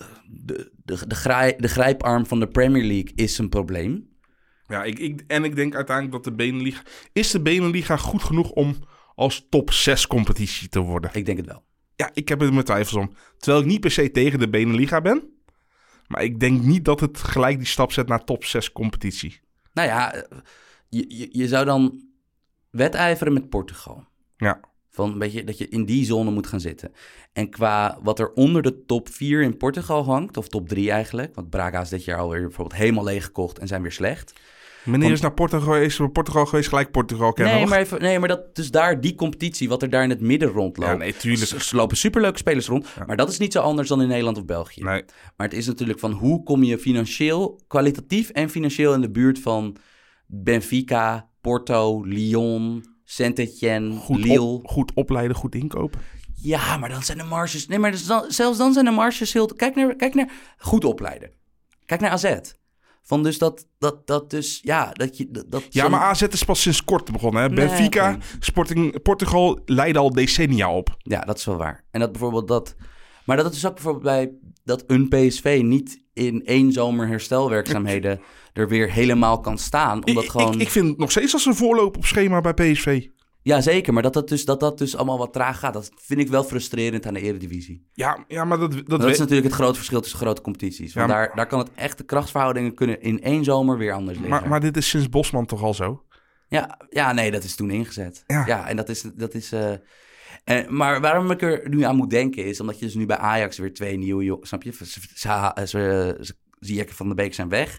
De, de, de, grij, de grijparm van de Premier League is een probleem. Ja, ik, ik, en ik denk uiteindelijk dat de Beneliga... Is de Beneliga goed genoeg om als top zes competitie te worden? Ik denk het wel. Ja, ik heb er mijn twijfels om. Terwijl ik niet per se tegen de Beneliga ben. Maar ik denk niet dat het gelijk die stap zet naar top zes competitie. Nou ja, je, je, je zou dan wedijveren met Portugal. Ja. Van een beetje dat je in die zone moet gaan zitten. En qua wat er onder de top vier in Portugal hangt, of top drie eigenlijk. Want Braga is dit jaar alweer bijvoorbeeld helemaal leeggekocht en zijn weer slecht. Meneer Van- is naar Portugal geweest, Portugal geweest, gelijk Portugal kennen. Nee hoor. maar, even, nee, maar dat dus daar, die competitie, wat er daar in het midden rondloopt. Ja, nee, tuurlijk. Ze, ze lopen superleuke spelers rond. Ja. Maar dat is niet zo anders dan in Nederland of België. Nee. Maar het is natuurlijk van hoe kom je financieel, kwalitatief en financieel in de buurt van Benfica, Porto, Lyon, Saint-Étienne, Goed, Lille. op, goed opleiden, goed inkopen. Ja, maar dan zijn de marges... Nee, maar dus dan, zelfs dan zijn de marges heel... Kijk naar, kijk naar... Goed opleiden. Kijk naar A Z. Van dus dat... Dat, dat dus... Ja, dat je... Dat, dat Ja, zo'n- maar A Z is pas sinds kort begonnen. Hè? Nee, Benfica, oké. Sporting, Portugal leiden al decennia op. Ja, dat is wel waar. En dat bijvoorbeeld dat... Maar dat is ook bijvoorbeeld bij... Dat een P S V niet in één zomer herstelwerkzaamheden... er weer helemaal kan staan. Omdat Ik, gewoon... ik, ik vind nog steeds als een voorloop op schema bij P S V. Ja, zeker. Maar dat dat, dus, dat dat dus allemaal wat traag gaat... dat vind ik wel frustrerend aan de Eredivisie. Ja, ja maar dat... Dat, Dat, we- is natuurlijk het grote verschil tussen grote competities. Want Ja, maar- daar, daar kan het echt... De krachtsverhoudingen kunnen in één zomer weer anders liggen. maar, maar dit is sinds Bosman toch al zo? Ja, ja, nee, dat is toen ingezet. Ja. Ja, en dat is... Dat is eh, en, maar waarom ik er nu aan moet denken is... omdat je dus nu bij Ajax weer twee nieuwe... jongens, snap je? Ze, ze, ze, ze, ze, Ziyech van de Beek zijn weg.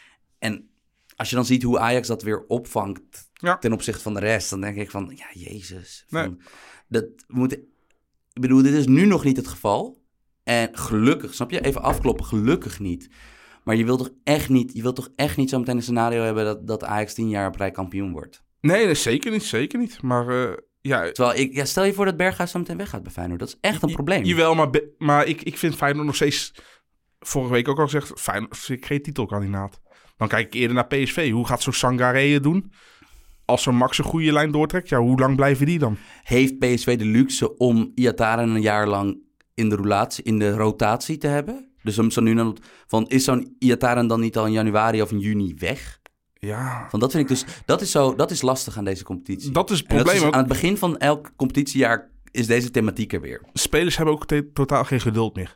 En als je dan ziet hoe Ajax dat weer opvangt... Ja. ten opzichte van de rest... dan denk ik van, ja, jezus. Van, Nee. dat, we moeten, ik bedoel, dit is nu nog niet het geval. En gelukkig, snap je? Even afkloppen, gelukkig niet. Maar je wilt toch echt niet... je wilt toch echt niet zo meteen een scenario hebben... dat, dat Ajax tien jaar op rij kampioen wordt. Nee, nee, zeker niet, zeker niet. Maar uh, ja... Terwijl, ik, ja, stel je voor dat Berghuis zo meteen weggaat bij Feyenoord. Dat is echt een probleem. Jawel, maar, be- maar ik, ik vind Feyenoord nog steeds... Vorige week ook al gezegd, Feyenoord vind ik geen titelkandidaat. Dan kijk ik eerder naar P S V. Hoe gaat zo'n Sangaré het doen? Als zo'n Max een goede lijn doortrekt, ja, hoe lang blijven die dan? Heeft P S V de luxe om Iataren een jaar lang in de, roulatie, in de rotatie te hebben? Dus om zo nu dan... Van, is zo'n Iataren dan niet al in januari of in juni weg? Ja, Van, dat vind ik dus... Dat is, zo, dat is lastig aan deze competitie. dat is het En dat probleem is, ook. aan het begin van elk competitiejaar is deze thematiek er weer. Spelers hebben ook te- totaal geen geduld meer.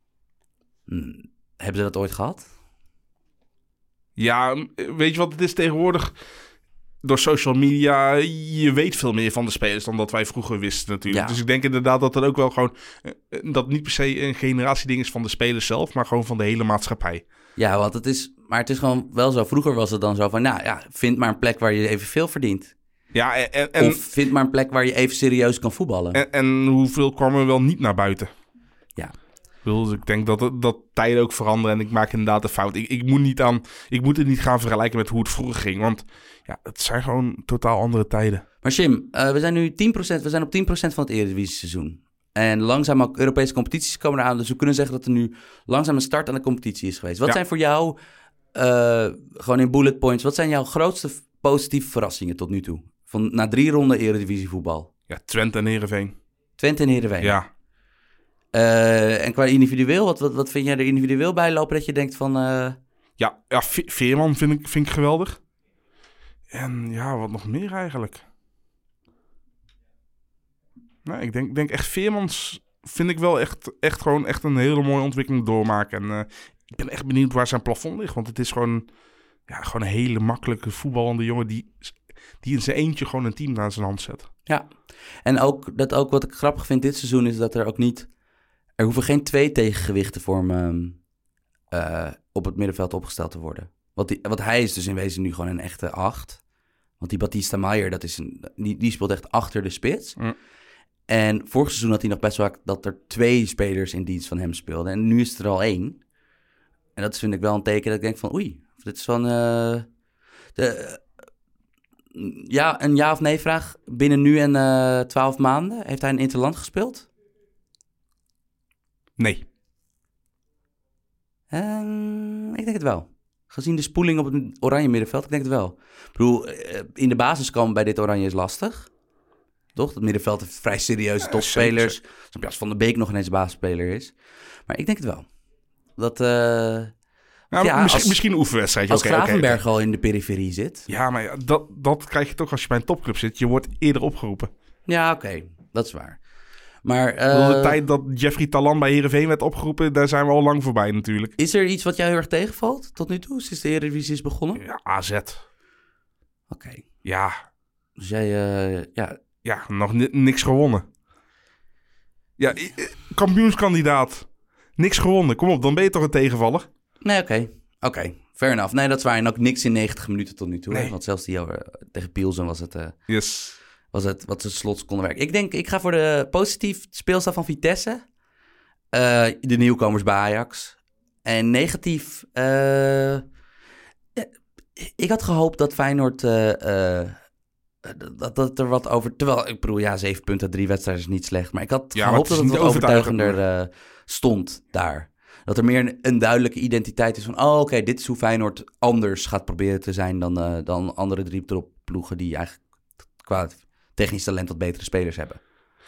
Hm, hebben ze dat ooit gehad? Ja, m- weet je wat het is tegenwoordig? Door social media, je weet veel meer van de spelers dan dat wij vroeger wisten natuurlijk. Ja. Dus ik denk inderdaad dat dat ook wel gewoon... eh, eh, dat niet per se een generatieding is van de spelers zelf, maar gewoon van de hele maatschappij. Ja, want het is... Maar het is gewoon wel zo. Vroeger was het dan zo van... Nou ja, vind maar een plek waar je evenveel verdient. Ja, en, en, en, Of vind maar een plek waar je even serieus kan voetballen. en, en hoeveel kwam er wel niet naar buiten? Ja. Dus ik denk dat, het- dat tijden ook veranderen en ik maak inderdaad een fout. Ik, ik, moet niet aan, ik moet het niet gaan vergelijken met hoe het vroeger ging, want ja, het zijn gewoon totaal andere tijden. Maar Jim, uh, we zijn nu tien procent... We zijn op tien procent van het Eredivisie seizoen. En langzaam ook Europese competities komen eraan. Dus we kunnen zeggen dat er nu langzaam een start aan de competitie is geweest. Wat Ja. zijn voor jou, uh, gewoon in bullet points... wat zijn jouw grootste positieve verrassingen tot nu toe? Van, na drie ronden Eredivisie voetbal. Ja, Twente en Heerenveen. Twente en Heerenveen. Ja. Uh, en qua individueel, wat, wat, wat vind jij er individueel bij lopen dat je denkt van... Uh... Ja, ja Ve- Veerman vind ik, vind ik geweldig. En ja, wat nog meer eigenlijk? Nou, ik denk, denk echt Veermans vind ik wel echt, echt gewoon echt een hele mooie ontwikkeling doormaken. En uh, ik ben echt benieuwd waar zijn plafond ligt. Want het is gewoon, ja, gewoon een hele makkelijke voetballende jongen die, die in zijn eentje gewoon een team naar zijn hand zet. Ja, en ook, dat ook wat ik grappig vind dit seizoen is dat er ook niet... Er hoeven geen twee tegengewichten voor hem uh, op het middenveld opgesteld te worden. Want, die, want hij is dus in wezen nu gewoon een echte acht. Want die Batista Maier, dat is een, die, die speelt echt achter de spits. Mm. En vorig seizoen had hij nog best wel dat er twee spelers in dienst van hem speelden. En nu is het er al één. En dat vind ik wel een teken dat ik denk van oei, dit is van... Uh, de, uh, ja, een ja of nee vraag. Binnen nu en uh, twaalf maanden heeft hij een interland gespeeld? Nee. Uh, ik denk het wel. Gezien de spoeling op het oranje middenveld, ik denk het wel. Ik bedoel, in de basis komen bij dit oranje is lastig. Toch? Het middenveld heeft vrij serieuze ja, topspelers. Snap je, als Van der Beek nog ineens basisspeler is. Maar ik denk het wel. Dat... Uh, nou, ja, misschien, als, misschien een oefenwedstrijdje. Als okay, Gravenberg okay, okay. al in de periferie zit. Ja, maar ja, dat, dat krijg je toch als je bij een topclub zit. Je wordt eerder opgeroepen. Ja, oké. Okay. Dat is waar. Maar, uh, de tijd dat Jeffrey Talan bij Heerenveen werd opgeroepen, daar zijn we al lang voorbij natuurlijk. Is er iets wat jou heel erg tegenvalt tot nu toe, sinds de Eredivisie is begonnen? Ja, A Z. Oké. Okay. Ja. Dus jij, uh, ja... Ja, nog ni- niks gewonnen. Ja, kampioenskandidaat. Niks gewonnen. Kom op, dan ben je toch een tegenvaller? Nee, oké. Okay. Oké, okay. Fair enough. Nee, dat is waar. En ook niks in negentig minuten tot nu toe. Nee. Hè? Want zelfs die uh, tegen Pielsen was het... Uh, yes. Was het wat ze slots konden werken. Ik denk, ik ga voor de positief speelstijl van Vitesse. Uh, de nieuwkomers bij Ajax. En negatief... Uh, ik had gehoopt dat Feyenoord... Uh, uh, dat, dat er wat over... Terwijl, ik bedoel, ja, zeven punten, drie wedstrijden is niet slecht. Maar ik had ja, gehoopt dat het wat overtuigender uh, stond daar. Dat er meer een, een duidelijke identiteit is van... Oh, oké, okay, dit is hoe Feyenoord anders gaat proberen te zijn... dan, uh, dan andere drie ploegen die eigenlijk qua... technisch talent wat betere spelers hebben.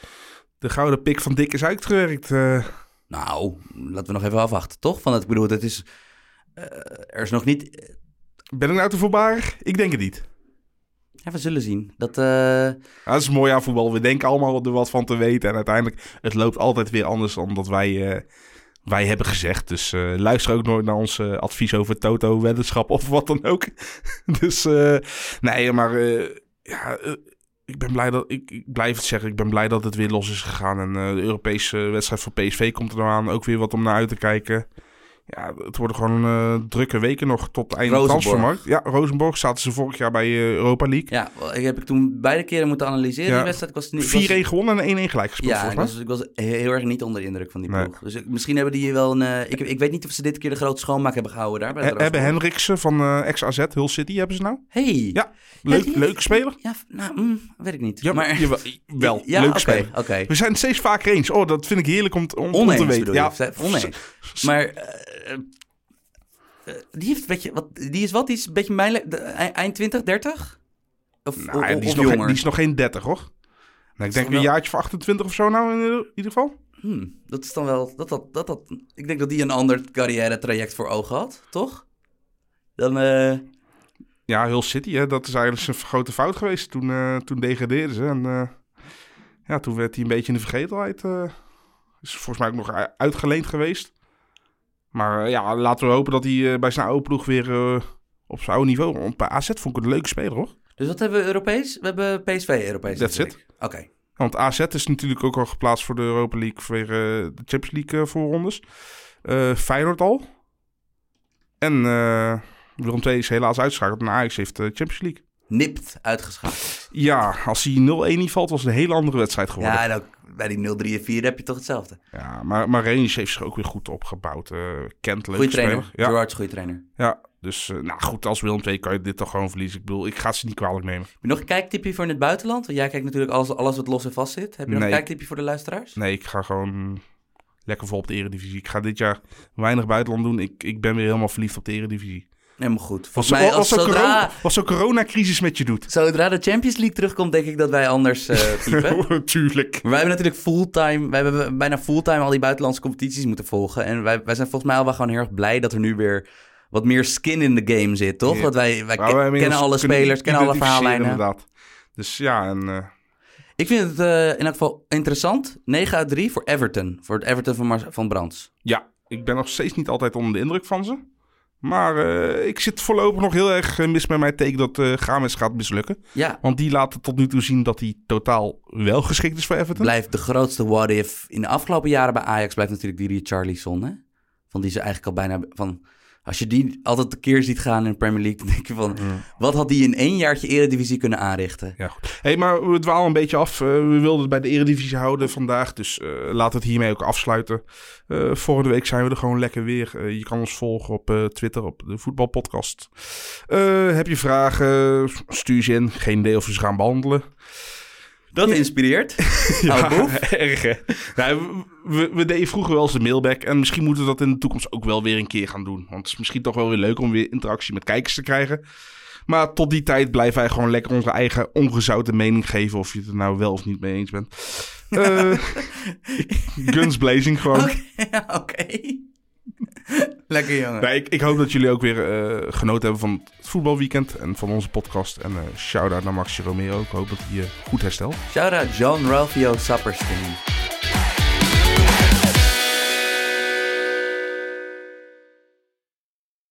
De gouden pik van Dick is uitgewerkt. Uh... Nou, laten we nog even afwachten, toch? Van het, ik bedoel, dat is... Uh, er is nog niet... Uh... Ben ik nou te voorbarig? Ik denk het niet. Ja, we zullen zien. Dat, uh... ja, dat is mooi aan voetbal. We denken allemaal er wat van te weten. En uiteindelijk, het loopt altijd weer anders dan dat wij, uh, wij hebben gezegd. Dus uh, luister ook nooit naar ons uh, advies over Toto, weddenschap of wat dan ook. dus uh, nee, maar... Uh, ja... Uh, Ik ben blij dat ik, ik blijf het zeggen. Ik ben blij dat het weer los is gegaan. En uh, de Europese wedstrijd van P S V komt er nou aan. Ook weer wat om naar uit te kijken. Ja, het worden gewoon uh, drukke weken nog tot het einde van de transfermarkt. Ja, Rosenborg zaten ze vorig jaar bij uh, Europa League. Ja, ik heb ik toen beide keren moeten analyseren. Ja. Die wedstrijd. Ik was nu, vier-een was... gewonnen en één-een gelijk gespeeld. Ja, ik was, ik was heel erg niet onder de indruk van die nee. ploeg. Dus ik, misschien hebben die wel een... Uh, ik, ik weet niet of ze dit keer de grote schoonmaak hebben gehouden daar. Bij He, hebben Hendriksen van uh, ex-A Z, Hull City, hebben ze nou? Hey. Ja, leuk, ja, die, leuke speler. Ja, nou, mm, weet ik niet. Ja, maar... Jawel, wel, ja, leuke okay, speler. Okay. We zijn het steeds vaker eens. Oh, dat vind ik heerlijk om, om, oneens, om te weten. Ja, oneens. Maar... Uh, Uh, die, heeft een beetje, wat, die is wat? Die is een beetje mijn le- eind twintig, dertig? Of, nou, of, die, is of nog jonger? Geen, die is nog geen dertig, hoor. Nou, ik denk wel... een jaartje van achtentwintig of zo nou, in ieder geval. Hmm, dat is dan wel... Dat, dat, dat, dat, ik denk dat die een ander carrière-traject voor ogen had, toch? Dan... Uh... Ja, Hull City, hè, dat is eigenlijk zijn grote fout geweest. Toen, uh, toen degradeerden ze. En uh, ja, toen werd hij een beetje in de vergetelheid. Uh, is volgens mij ook nog uitgeleend geweest. Maar uh, ja, laten we hopen dat hij uh, bij zijn oude ploeg weer uh, op zijn oude niveau... Want bij A Z vond ik het een leuke speler, hoor. Dus wat hebben we Europees? We hebben P S V Europees. That's it. Oké. Okay. Want A Z is natuurlijk ook al geplaatst voor de Europa League... vanwege uh, de Champions League uh, voorrondes. Uh, Feyenoord al. En uh, Willem twee is helaas uitgeschakeld. En Ajax heeft de uh, Champions League. nipt uitgeschakeld. Ja, als hij nul-een niet valt, was het een hele andere wedstrijd geworden. Ja, en ook bij die nul drie en vier heb je toch hetzelfde. Ja, maar, maar Rangers heeft zich ook weer goed opgebouwd. Uh, Kent, leuke Goeie trainer. speler. Ja. Gerrard is goede trainer. Ja, dus uh, nou goed, als Willem twee kan je dit toch gewoon verliezen. Ik bedoel, ik ga ze niet kwalijk nemen. Heb je nog een kijktipje voor in het buitenland? Want jij kijkt natuurlijk alles, alles wat los en vast zit. Heb je nog Nee. een kijktipje voor de luisteraars? Nee, ik ga gewoon lekker vol op de Eredivisie. Ik ga dit jaar weinig buitenland doen. Ik, ik ben weer helemaal verliefd op de Eredivisie. Helemaal goed. Wat Volgens zo, mij, wat als zo'n zodra, corona, wat zo'n coronacrisis met je doet. zodra de Champions League terugkomt, denk ik dat wij anders uh, typen. Tuurlijk. Maar wij hebben natuurlijk fulltime, wij hebben bijna fulltime al die buitenlandse competities moeten volgen. En wij, wij zijn volgens mij al wel gewoon heel erg blij dat er nu weer wat meer skin in de game zit, toch? Ja. Want wij, wij Nou, ke- wij kennen alle kunnen spelers, kennen alle identificeren, verhaallijnen. Inderdaad. Dus ja, en... Uh, Ik vind het uh, in elk geval interessant. negen uit drie voor Everton. Voor het Everton van, Mar- van Brands. ja, ik ben nog steeds niet altijd onder de indruk van ze. Maar uh, ik zit voorlopig nog heel erg uh, mis met mijn teken dat uh, Games gaat mislukken. Ja, Want die laten tot nu toe zien dat hij totaal wel geschikt is voor Everton. blijft de grootste what if in de afgelopen jaren bij Ajax blijft natuurlijk die Richarlison, hè? Van die ze eigenlijk al bijna van... Als je die altijd een keer ziet gaan in de Premier League, dan denk je van... Mm. Wat had die in één jaartje Eredivisie kunnen aanrichten? Ja, goed. Hey, maar we dwalen een beetje af. Uh, we wilden het bij de Eredivisie houden vandaag. Dus uh, laten we het hiermee ook afsluiten. Uh, volgende week zijn we er gewoon lekker weer. Uh, je kan ons volgen op uh, Twitter, op de voetbalpodcast. Uh, heb je vragen? Stuur ze in. Geen idee of we ze gaan behandelen. Dat inspireert. Ja, Oude boef. erg hè. Nou, we, we deden vroeger wel eens de mailback. En misschien moeten we dat in de toekomst ook wel weer een keer gaan doen. Want het is misschien toch wel weer leuk om weer interactie met kijkers te krijgen. Maar tot die tijd blijven wij gewoon lekker onze eigen ongezouten mening geven. Of je het er nou wel of niet mee eens bent. Uh, guns blazing gewoon. Oké, okay, okay. Lekker jongen. Nee, ik, ik hoop dat jullie ook weer uh, genoten hebben van het voetbalweekend. En van onze podcast. En uh, shout-out naar Maxi Romero. Ik hoop dat hij uh, goed herstelt. Shout-out John Ralphio Sappersteen.